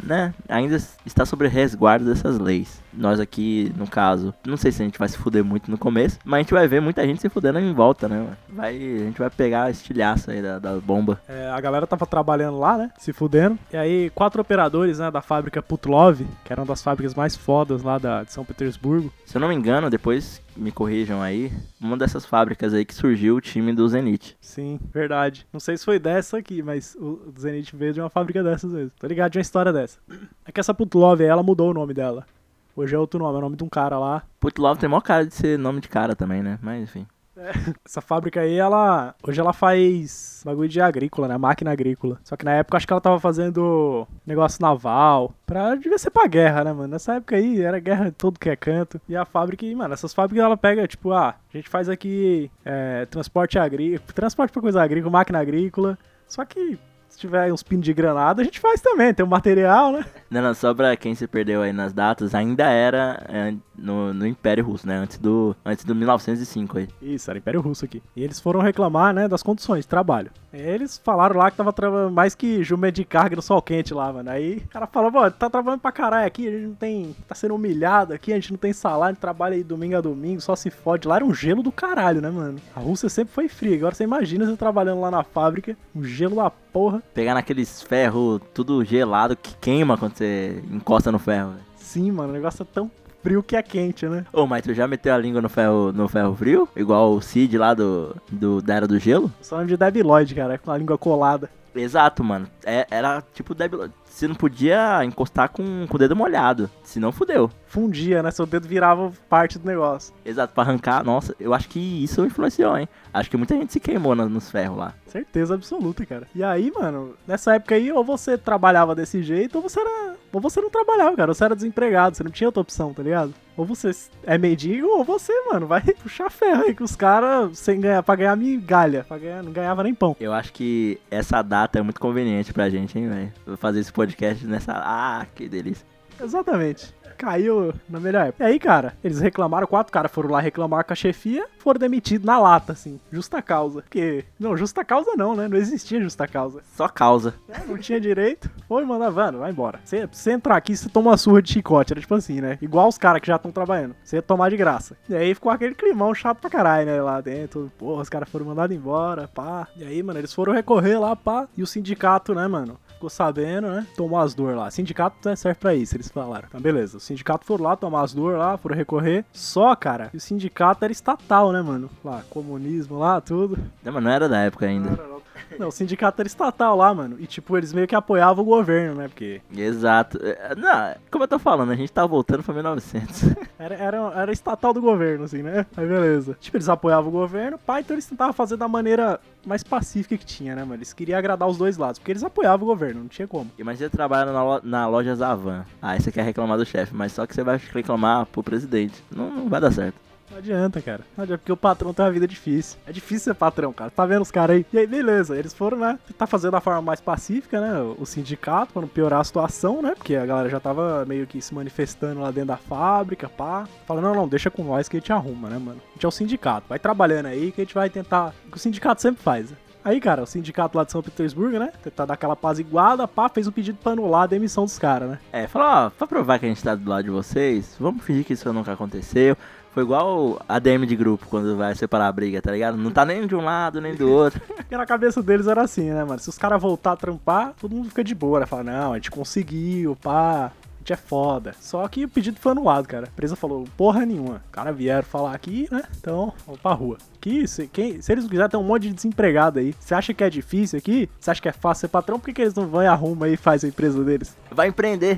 né, ainda está sob resguardo dessas leis. Nós aqui, no caso, não sei se a gente vai se fuder muito no começo, mas a gente vai ver muita gente se fudendo em volta, né, mano? Vai, a gente vai pegar a estilhaça aí da, da bomba. É, a galera tava trabalhando lá, né? Se fudendo. E aí, quatro operadores, né, da fábrica Putlov, que era uma das fábricas mais fodas lá da, de São Petersburgo. Se eu não me engano, depois me corrijam aí, uma dessas fábricas aí que surgiu o time do Zenit. Sim, verdade. Não sei se foi dessa aqui, mas o, o Zenit veio de uma fábrica dessas mesmo. Tô ligado de uma história dessa. É que essa Putlov aí, ela mudou o nome dela. Hoje é outro nome, é o nome de um cara lá. Putlov tem maior cara de ser nome de cara também, né? Mas enfim. É. Essa fábrica aí, ela... Hoje ela faz bagulho de agrícola, né? Máquina agrícola. Só que na época, acho que ela tava fazendo negócio naval. Pra... Devia ser pra guerra, né, mano? Nessa época aí, era guerra de todo que é canto. E a fábrica, mano, essas fábricas, ela pega, tipo, ah, a gente faz aqui é, transporte agrícola... Transporte pra coisa agrícola, máquina agrícola. Só que... Se tiver uns pinos de granada, a gente faz também, tem o material, né? Não, não, só pra quem se perdeu aí nas datas, ainda era é, no, no Império Russo, né? Antes do, antes do mil novecentos e cinco aí. Isso, era Império Russo aqui. E eles foram reclamar, né, das condições de trabalho. Eles falaram lá que tava trabalhando mais que jumento de carga no sol quente lá, mano. Aí o cara falou, pô, tá trabalhando pra caralho aqui, a gente não tem... Tá sendo humilhado aqui, a gente não tem salário, a gente trabalha aí domingo a domingo, só se fode. Lá era um gelo do caralho, né, mano? A Rússia sempre foi fria. Agora você imagina você trabalhando lá na fábrica, um gelo da porra. Pegar naqueles ferros tudo gelado que queima quando você encosta no ferro, velho. Sim, mano, o negócio é tão frio que é quente, né? Ô, mas tu já meteu a língua no ferro, no ferro frio? Igual o Cid lá do, do, da Era do Gelo? Só nome de Debi Lloyd, cara, com a língua colada. Exato, mano. É, era tipo Debi Lloyd. Você não podia encostar com, com o dedo molhado, senão fudeu. Fundia, né? Seu dedo virava parte do negócio. Exato, pra arrancar, nossa, eu acho que isso influenciou, hein? Acho que muita gente se queimou no, nos ferros lá. Certeza absoluta, cara. E aí, mano, nessa época aí, ou você trabalhava desse jeito, ou você era. Ou você não trabalhava, cara. Ou você era desempregado, você não tinha outra opção, tá ligado? Ou você é mendigo, ou você, mano, vai puxar ferro aí com os caras sem ganhar, pra ganhar migalha. Pra ganhar, não ganhava nem pão. Eu acho que essa data é muito conveniente pra gente, hein, velho? Vou fazer esse podcast nessa. Ah, que delícia. Exatamente. Caiu na melhor época. E aí, cara, eles reclamaram, quatro caras foram lá reclamar com a chefia, foram demitidos na lata, assim, justa causa. Porque, não, justa causa não, né? Não existia justa causa. Só causa. É, não tinha direito. Foi, mandar, mano, vai embora. Você, você entrar aqui, você toma uma surra de chicote. Era tipo assim, né? Igual os caras que já estão trabalhando. Você ia tomar de graça. E aí ficou aquele climão chato pra caralho, né? Lá dentro. Porra, os caras foram mandados embora, pá. E aí, mano, eles foram recorrer lá, pá. E o sindicato, né, mano? Ficou sabendo, né? Tomou as dores lá. Sindicato, né, serve pra isso, eles falaram. Então, beleza. O sindicato foram lá tomar as dores lá, foram recorrer. Só, cara, o sindicato era estatal, né, mano? Lá, comunismo lá, tudo. Não, mas não era da época ainda. Não, não. Não, o sindicato era estatal lá, mano. E, tipo, eles meio que apoiavam o governo, né? Porque... Exato. Não, como eu tô falando, a gente tá voltando pra mil e novecentos. Era, era, era estatal do governo, assim, né? Aí, beleza. Tipo, eles apoiavam o governo, pá, então eles tentavam fazer da maneira mais pacífica que tinha, né, mano? Eles queriam agradar os dois lados, porque eles apoiavam o governo, não tinha como. Imagina você trabalhando na, lo- na loja Zavan. Aí você quer reclamar do chefe, mas só que você vai reclamar pro presidente. Não, não vai dar certo. Não adianta, cara. Não adianta, porque o patrão tem uma vida difícil. É difícil ser patrão, cara. Tá vendo os caras aí? E aí, beleza. Eles foram, né? Tá fazendo da forma mais pacífica, né? O sindicato, pra não piorar a situação, né? Porque a galera já tava meio que se manifestando lá dentro da fábrica, pá. Falando, não, não, deixa com nós que a gente arruma, né, mano? A gente é o sindicato. Vai trabalhando aí que a gente vai tentar... O que o sindicato sempre faz, né? Aí, cara, o sindicato lá de São Petersburgo, né? Tentar dar aquela apaziguada, pá, fez um pedido pra anular a demissão dos caras, né? É, falou, ó, pra provar que a gente tá do lado de vocês, vamos fingir que isso nunca aconteceu. Foi igual a D M de grupo, quando vai separar a briga, tá ligado? Não tá nem de um lado, nem do outro. Porque na cabeça deles era assim, né, mano? Se os caras voltar a trampar, todo mundo fica de boa, né? Fala, não, a gente conseguiu, pá... A gente é foda. Só que o pedido foi anulado, cara. A empresa falou, porra nenhuma. O cara vieram falar aqui, né? Então, vamos pra rua. Que se, quem, se eles não quiserem, tem um monte de desempregado aí. Você acha que é difícil aqui? Você acha que é fácil ser patrão? Por que, que eles não vão e arrumam aí e fazem a empresa deles? Vai empreender.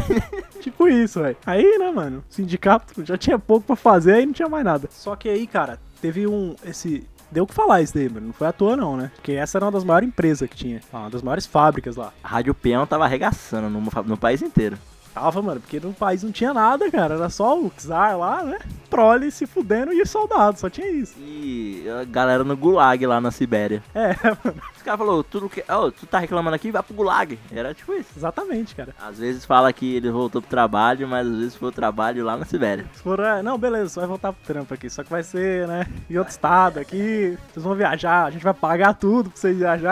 Tipo isso, velho. Aí, né, mano? O sindicato já tinha pouco pra fazer, aí não tinha mais nada. Só que aí, cara, teve um... esse Deu o que falar isso daí, mano. Não foi à toa, não, né? Porque essa era uma das maiores empresas que tinha. Uma das maiores fábricas lá. A Rádio Peão tava arregaçando no, no país inteiro. Tava, mano, porque no país não tinha nada, cara. Era só o czar lá, né? Prole se fudendo e os soldados, só tinha isso. E a galera no Gulag lá na Sibéria. É, mano. Os caras falaram, tudo que. Oh, tu tá reclamando aqui, vai pro Gulag. Era tipo isso. Exatamente, cara. Às vezes fala que ele voltou pro trabalho, mas às vezes foi o trabalho lá na Sibéria. Se for, é, não, beleza, você vai voltar pro trampo aqui. Só que vai ser, né? Em outro estado aqui. Vocês vão viajar, a gente vai pagar tudo pra vocês viajar.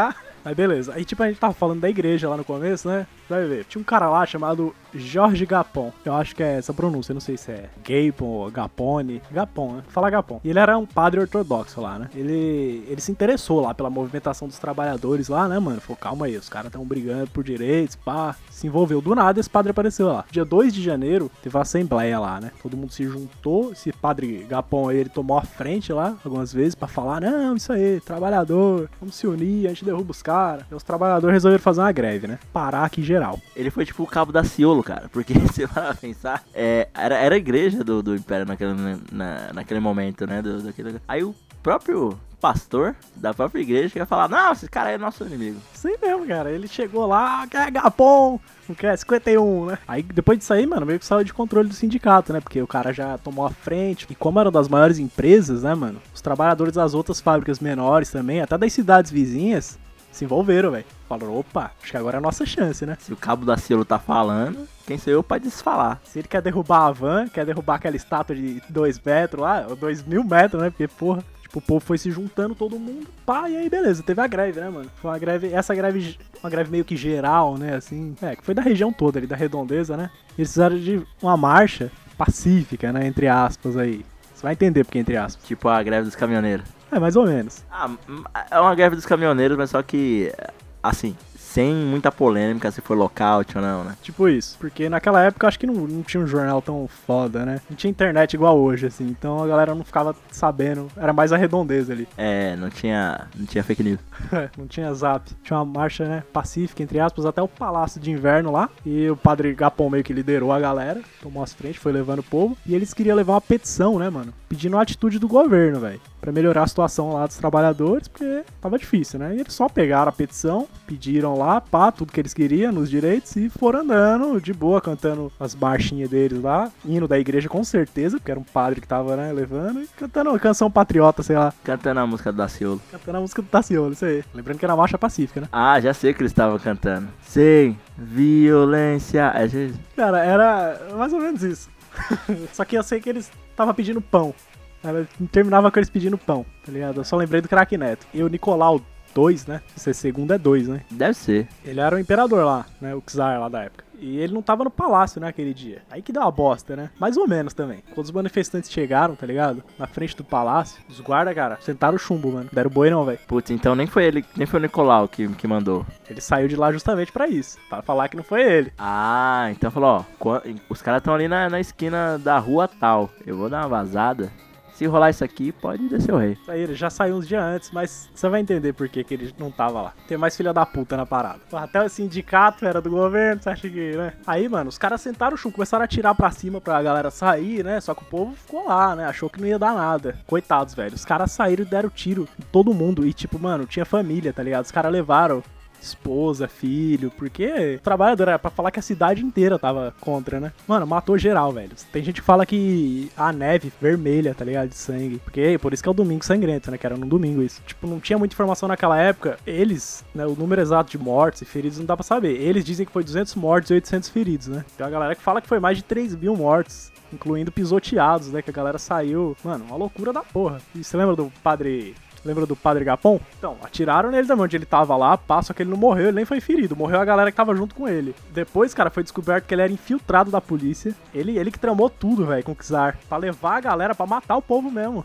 Aí beleza. Aí tipo, a gente tava falando da igreja lá no começo, né? Vai ver. Tinha um cara lá chamado Jorge Gapon. Eu acho que é essa pronúncia, eu não sei se é Gapon ou Gapone. Gapon, né? Fala Gapon. E ele era um padre ortodoxo lá, né? Ele, ele se interessou lá pela movimentação dos trabalhadores lá, né, mano? Falou, calma aí, os caras estão brigando por direitos, pá. Se envolveu. Do nada, esse padre apareceu lá. Dia dois de janeiro, teve uma assembleia lá, né? Todo mundo se juntou. Esse padre Gapon aí, ele tomou a frente lá, algumas vezes, pra falar, não, isso aí, trabalhador, vamos se unir, a gente derruba os caras. E os trabalhadores resolveram fazer uma greve, né? Parar aqui geral. Ele foi tipo o cabo da Ciolo, cara, porque se para pensar, é, era, era a igreja do, do Império naquele, na, naquele momento, né? Do, daquele... Aí o próprio pastor da própria igreja ia falar, não, esse cara é nosso inimigo. Sim mesmo, cara. Ele chegou lá, quer Gapon, não quer cinquenta e um, né? Aí depois disso aí, mano, meio que saiu de controle do sindicato, né? Porque o cara já tomou a frente. E como era das maiores empresas, né, mano? Os trabalhadores das outras fábricas menores também, até das cidades vizinhas, se envolveram, velho. Falaram, opa, acho que agora é a nossa chance, né? Se o cabo da Ciolo tá falando, quem sou eu pra desfalar? Se ele quer derrubar a van, quer derrubar aquela estátua de dois metros lá, ou dois mil metros, né? Porque, porra, tipo, o povo foi se juntando, todo mundo, pá, e aí beleza, teve a greve, né, mano? Foi uma greve, essa greve, uma greve meio que geral, né, assim, é, que foi da região toda ali, da Redondeza, né? Eles fizeram de uma marcha pacífica, né, entre aspas aí. Você vai entender porque entre aspas. Tipo a greve dos caminhoneiros. É, mais ou menos. Ah, é uma greve dos caminhoneiros, mas só que, assim, sem muita polêmica se foi lockout ou não, né? Tipo isso, porque naquela época eu acho que não, não tinha um jornal tão foda, né? Não tinha internet igual hoje, assim, então a galera não ficava sabendo, era mais a redondeza ali. É, não tinha, não tinha fake news. Não tinha zap. Tinha uma marcha, né, pacífica, entre aspas, até o Palácio de Inverno lá, e o padre Gapon meio que liderou a galera, tomou as frentes, foi levando o povo, e eles queriam levar uma petição, né, mano, pedindo uma atitude do governo, velho, pra melhorar a situação lá dos trabalhadores, porque tava difícil, né? E eles só pegaram a petição, pediram lá, pá, tudo que eles queriam nos direitos e foram andando de boa, cantando as marchinhas deles lá, hino da igreja com certeza, porque era um padre que tava, né, levando, e cantando uma canção patriota, sei lá. Cantando a música do Daciolo. Cantando a música do Taciolo, isso aí. Lembrando que era marcha pacífica, né? Ah, já sei o que eles estavam cantando. Sem violência. É, gente... Cara, era mais ou menos isso. Só que eu sei que eles estavam pedindo pão. Ela terminava com eles pedindo pão, tá ligado? Eu só lembrei do Craque Neto. E o Nicolau dois, né? Se segundo é dois, né? Deve ser. Ele era o imperador lá, né? O czar lá da época. E ele não tava no palácio, né, aquele dia. Aí que deu uma bosta, né? Mais ou menos também. Quando os manifestantes chegaram, tá ligado? Na frente do palácio, os guardas, cara, sentaram o chumbo, mano. Deram boi não, velho. Putz, então nem foi ele, nem foi o Nicolau que, que mandou. Ele saiu de lá justamente pra isso. Pra falar que não foi ele. Ah, então falou, ó, os caras estão ali na, na esquina da rua tal. Eu vou dar uma vazada. Se rolar isso aqui, pode descer o rei. Isso aí, ele já saiu uns dias antes, mas você vai entender por que, que ele não tava lá. Tem mais filha da puta na parada. Até o sindicato era do governo, você acha que, né? Aí, mano, os caras sentaram o chumbo, começaram a atirar pra cima pra galera sair, né? Só que o povo ficou lá, né? Achou que não ia dar nada. Coitados, velho. Os caras saíram e deram tiro em todo mundo. E, tipo, mano, tinha família, tá ligado? Os caras levaram esposa, filho, porque o trabalhador era pra falar que a cidade inteira tava contra, né? Mano, matou geral, velho. Tem gente que fala que a neve vermelha, tá ligado? De sangue. Porque por isso que é o domingo sangrento, né? Que era num domingo isso. Tipo, não tinha muita informação naquela época. Eles, né? O número exato de mortes e feridos não dá pra saber. Eles dizem que foi duzentos mortos e oitocentos feridos, né? Tem uma galera que fala que foi mais de três mil mortos, incluindo pisoteados, né? Que a galera saiu. Mano, uma loucura da porra. E você lembra do padre... Lembra do padre Gapon? Então, atiraram nele também, onde ele tava lá, pá, só que ele não morreu, ele nem foi ferido. Morreu a galera que tava junto com ele. Depois, cara, foi descoberto que ele era infiltrado da polícia. Ele, ele que tramou tudo, velho, com o Czar. Pra levar a galera, pra matar o povo mesmo.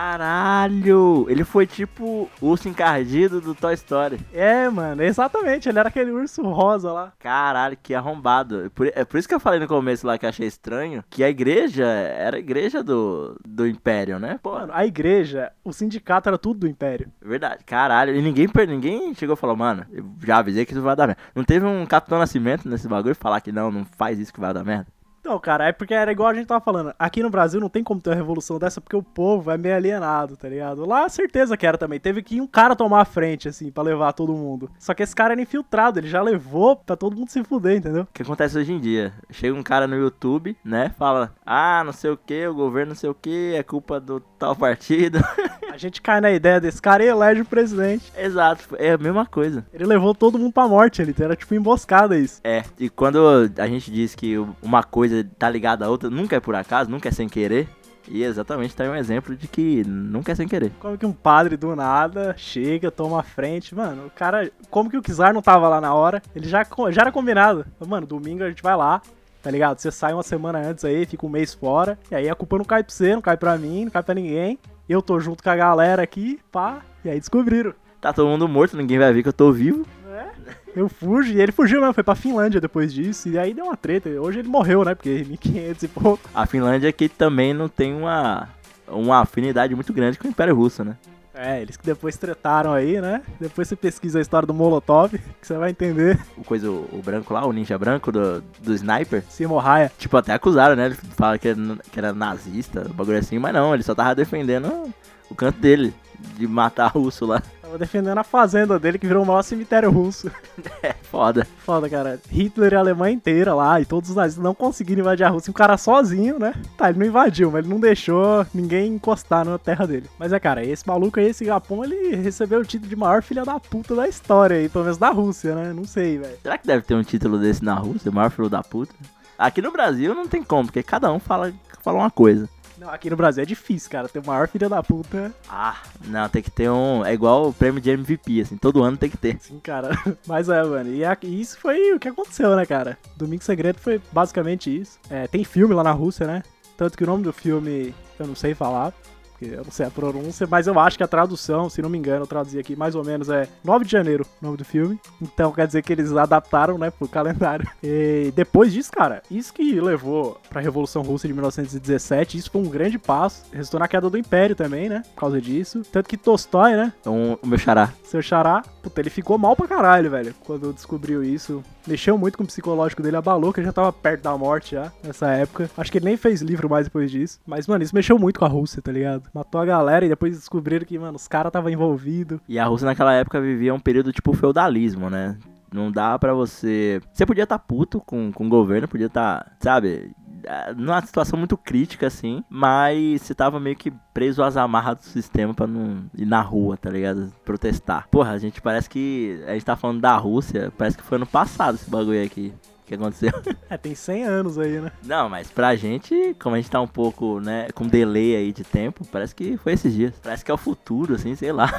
Caralho! Ele foi tipo o urso encardido do Toy Story. É, mano, exatamente. Ele era aquele urso rosa lá. Caralho, que arrombado. Por, é por isso que eu falei no começo lá que eu achei estranho, que a igreja era a igreja do, do Império, né? Pô, mano, a igreja, o sindicato era tudo do Império. Verdade, caralho. E ninguém, ninguém chegou e falou, mano, eu já avisei que isso vai dar merda. Não teve um Capitão Nascimento nesse bagulho falar que não, não faz isso que vai dar merda? Não, cara, é porque era igual a gente tava falando. Aqui no Brasil não tem como ter uma revolução dessa porque o povo é meio alienado, tá ligado? Lá, certeza que era também. Teve que ir um cara tomar a frente, assim, pra levar todo mundo. Só que esse cara era infiltrado, ele já levou pra todo mundo se fuder, entendeu? O que acontece hoje em dia? Chega um cara no YouTube, né? Fala, ah, não sei o que, o governo não sei o que, é culpa do tal partido. A gente cai na ideia desse cara e elege o presidente. Exato, é a mesma coisa. Ele levou todo mundo pra morte ali, era tipo emboscada isso. É, e quando a gente diz que uma coisa tá ligada à outra, nunca é por acaso, nunca é sem querer. E exatamente tá aí um exemplo de que nunca é sem querer. Como que um padre do nada chega, toma a frente, mano, o cara, como que o Kizar não tava lá na hora, ele já, já era combinado, mano, domingo a gente vai lá, tá ligado? Você sai uma semana antes aí, fica um mês fora, e aí a culpa não cai pra você, não cai pra mim, não cai pra ninguém, eu tô junto com a galera aqui, pá, e aí descobriram. Tá todo mundo morto, ninguém vai ver que eu tô vivo. É, eu fujo, e ele fugiu mesmo, foi pra Finlândia depois disso, e aí deu uma treta, hoje ele morreu, né, porque mil e quinhentos e pouco. A Finlândia aqui também não tem uma, uma afinidade muito grande com o Império Russo, né? É, eles que depois tretaram aí, né? Depois você pesquisa a história do Molotov, que você vai entender. O coisa, o, o branco lá, o ninja branco do, do sniper. Simo Haya. Tipo, até acusaram, né? Ele fala que era, que era nazista, um bagulho assim, mas não, ele só tava defendendo o canto dele, de matar russo lá. Tava defendendo a fazenda dele, que virou o maior cemitério russo. É, foda. Foda, cara. Hitler e a Alemanha inteira lá, e todos os nazistas não conseguiram invadir a Rússia. Um cara sozinho, né? Tá, ele não invadiu, mas ele não deixou ninguém encostar na terra dele. Mas é, cara, esse maluco aí, esse Japão, ele recebeu o título de maior filha da puta da história aí, pelo menos da Rússia, né? Não sei, velho. Será que deve ter um título desse na Rússia, maior filho da puta? Aqui no Brasil não tem como, porque cada um fala, fala uma coisa. Não, aqui no Brasil é difícil, cara, ter o maior filho da puta. Ah, não, tem que ter um... É igual o prêmio de M V P, assim, todo ano tem que ter. Sim, cara. Mas é, mano, e, a, e isso foi o que aconteceu, né, cara? Domingo Segredo foi basicamente isso. É, tem filme lá na Rússia, né? Tanto que o nome do filme eu não sei falar, porque eu não sei a pronúncia, mas eu acho que a tradução, se não me engano, eu traduzi aqui mais ou menos, é nove de janeiro, o nome do filme. Então quer dizer que eles adaptaram, né, pro calendário. E depois disso, cara, isso que levou pra Revolução Russa de mil novecentos e dezessete, isso foi um grande passo. Resultou na queda do Império também, né, por causa disso. Tanto que Tolstói, né, Então, o meu xará. seu xará, puta, ele ficou mal pra caralho, velho, quando descobriu isso. Mexeu muito com o psicológico dele, abalou, que ele já tava perto da morte já, nessa época. Acho que ele nem fez livro mais depois disso. Mas, mano, isso mexeu muito com a Rússia, tá ligado? Matou a galera e depois descobriram que, mano, os caras estavam envolvidos. E a Rússia naquela época vivia um período tipo feudalismo, né? Não dá pra você... Você podia estar tá puto com, com o governo, podia estar, tá, sabe... Numa situação muito crítica, assim, mas você tava meio que preso às amarras do sistema pra não ir na rua, tá ligado? Protestar. Porra, a gente parece que... A gente tá falando da Rússia, parece que foi ano passado esse bagulho aqui que aconteceu. É, tem cem anos aí, né? Não, mas pra gente, como a gente tá um pouco, né, com delay aí de tempo, parece que foi esses dias. Parece que é o futuro, assim, sei lá.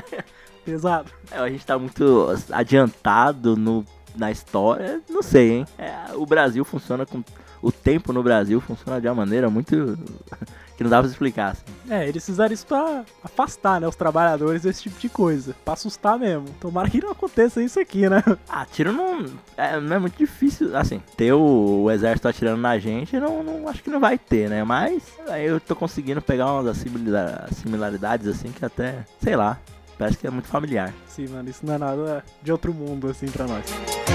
Pesado. É, a gente tá muito adiantado no, na história, não sei, hein? É, o Brasil funciona com... O tempo no Brasil funciona de uma maneira muito... que não dá pra explicar, assim. É, eles fizeram isso pra afastar, né, os trabalhadores desse tipo de coisa. Pra assustar mesmo. Tomara que não aconteça isso aqui, né? Ah, tiro não... É, não é muito difícil, assim, ter o, o exército atirando na gente, não, não acho que não vai ter, né? Mas aí eu tô conseguindo pegar umas similaridades, assim, que até, sei lá, parece que é muito familiar. Sim, mano, isso não é nada de outro mundo, assim, pra nós.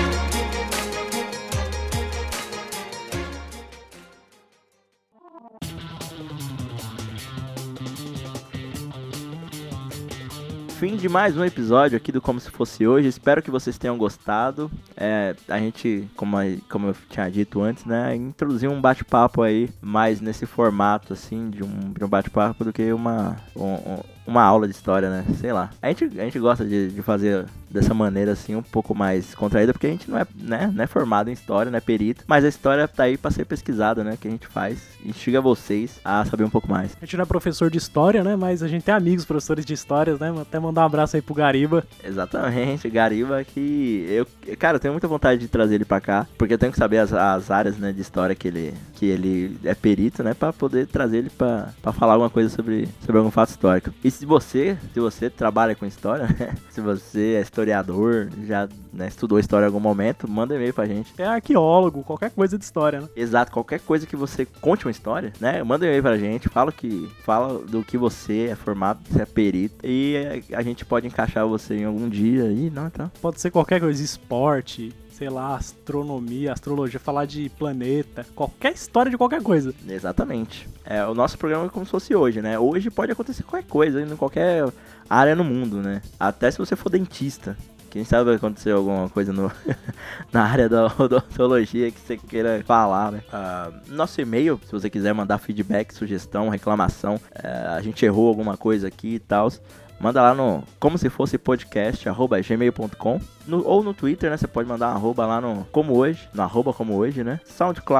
Fim de mais um episódio aqui do Como Se Fosse Hoje. Espero que vocês tenham gostado. É, a gente, como, a, como eu tinha dito antes, né, introduziu um bate-papo aí, mais nesse formato, assim, de um, de um bate-papo do que uma, um, uma aula de história, né, sei lá. A gente, a gente gosta de, de fazer dessa maneira, assim, um pouco mais contraída, porque a gente não é, né, não é formado em história, não é perito, mas a história tá aí pra ser pesquisada, né, que a gente faz, instiga vocês a saber um pouco mais. A gente não é professor de história, né, mas a gente tem amigos professores de histórias, né, até mandar um abraço aí pro Gariba. Exatamente, Gariba, que eu, cara, eu tenho muita vontade de trazer ele pra cá, porque eu tenho que saber as, as áreas, né, de história que ele, que ele é perito, né, pra poder trazer ele pra, pra falar alguma coisa sobre, sobre algum fato histórico. E se você, se você trabalha com história, né, se você é historiador, já, né, estudou história em algum momento, manda um e-mail pra gente. É arqueólogo, qualquer coisa de história, né? Exato, qualquer coisa que você conte uma história, né, manda um e-mail pra gente, fala, que, fala do que você é formado, você é perito, e a gente pode encaixar você em algum dia aí, não, então. Pode ser qualquer coisa, esporte, sei lá, astronomia, astrologia, falar de planeta, qualquer história de qualquer coisa. Exatamente. É, o nosso programa é como se fosse hoje, né? Hoje pode acontecer qualquer coisa, em qualquer área no mundo, né? Até se você for dentista. Quem sabe vai acontecer alguma coisa no na área da odontologia que você queira falar, né? Uh, nosso e-mail, se você quiser mandar feedback, sugestão, reclamação, uh, a gente errou alguma coisa aqui e tal, manda lá no como se fosse podcast, arroba gmail ponto com, no, ou no Twitter, né? Você pode mandar um arroba lá no como hoje, no arroba como hoje, né? SoundCloud,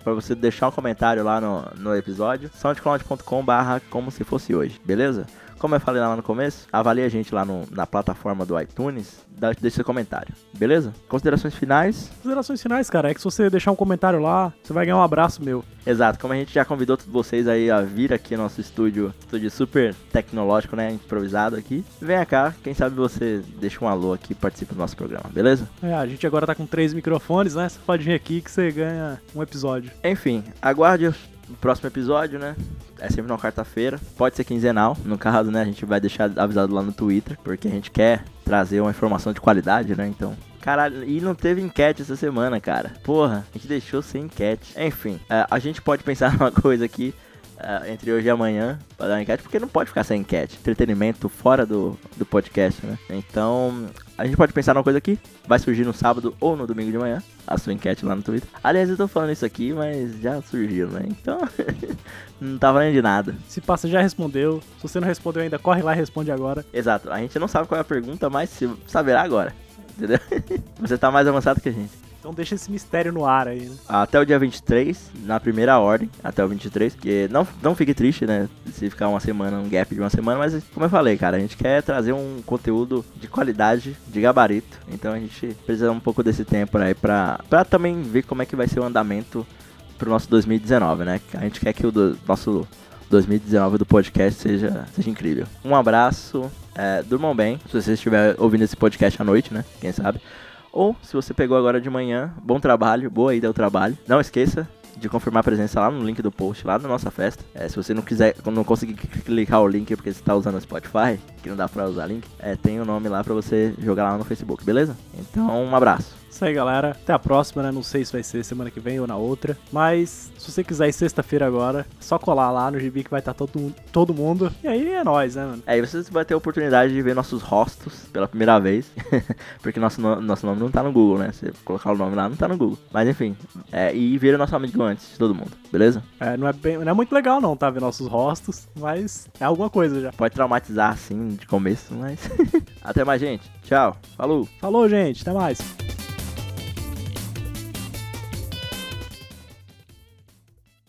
pra você deixar um comentário lá no, no episódio. soundcloud ponto com barra como se fosse hoje, beleza? Como eu falei lá no começo, avalie a gente lá no, na plataforma do iTunes, dá, deixa seu comentário, beleza? Considerações finais? Considerações finais, cara, é que se você deixar um comentário lá, você vai ganhar um abraço meu. Exato, como a gente já convidou todos vocês aí a vir aqui no nosso estúdio, estúdio super tecnológico, né, improvisado aqui, venha cá, quem sabe você deixa um alô aqui e participa do nosso programa, beleza? É, a gente agora tá com três microfones, né, você pode vir aqui que você ganha um episódio. Enfim, aguarde o próximo episódio, né? É sempre na quarta-feira, pode ser quinzenal, no caso, né, a gente vai deixar avisado lá no Twitter, porque a gente quer trazer uma informação de qualidade, né, então... Caralho, e não teve enquete essa semana, cara. Porra, a gente deixou sem enquete. Enfim, uh, a gente pode pensar numa coisa aqui uh, entre hoje e amanhã pra dar uma enquete, porque não pode ficar sem enquete. Entretenimento fora do, do podcast, né? Então, a gente pode pensar numa coisa aqui. Vai surgir no sábado ou no domingo de manhã a sua enquete lá no Twitter. Aliás, eu tô falando isso aqui, mas já surgiu, né? Então, não tá valendo de nada. Se passa, já respondeu. Se você não respondeu ainda, corre lá e responde agora. Exato, a gente não sabe qual é a pergunta, mas se saberá agora. Entendeu? Você tá mais avançado que a gente. Então deixa esse mistério no ar aí, né? Até o dia vinte e três, na primeira ordem, até o vinte e três, porque não, não fique triste, né, se ficar uma semana, um gap de uma semana, mas como eu falei, cara, a gente quer trazer um conteúdo de qualidade, de gabarito, então a gente precisa um pouco desse tempo aí pra, pra também ver como é que vai ser o andamento pro nosso dois mil e dezenove, né, a gente quer que o do, nosso dois mil e dezenove do podcast seja, seja incrível. Um abraço, é, durmam bem, se você estiver ouvindo esse podcast à noite, né, quem sabe. Ou, se você pegou agora de manhã, bom trabalho, boa ida ao trabalho. Não esqueça de confirmar a presença lá no link do post, lá na nossa festa. É, se você não quiser, não conseguir clicar o link porque você está usando o Spotify, que não dá pra usar link, é, tem o nome lá pra você jogar lá no Facebook, beleza? Então, um abraço. Isso aí, galera. Até a próxima, né? Não sei se vai ser semana que vem ou na outra. Mas, se você quiser ir sexta-feira agora, é só colar lá no Gibi que vai estar todo, todo mundo. E aí é nóis, né, mano? É, e você vai ter a oportunidade de ver nossos rostos pela primeira vez. Porque nosso, no, nosso nome não tá no Google, né? Você colocar o nome lá, não tá no Google. Mas enfim, é, e ver o nosso amigo antes de todo mundo, beleza? É, não é, bem, não é muito legal não, tá? Ver nossos rostos, mas é alguma coisa já. Pode traumatizar assim de começo, mas... Até mais, gente. Tchau. Falou. Falou, gente. Até mais.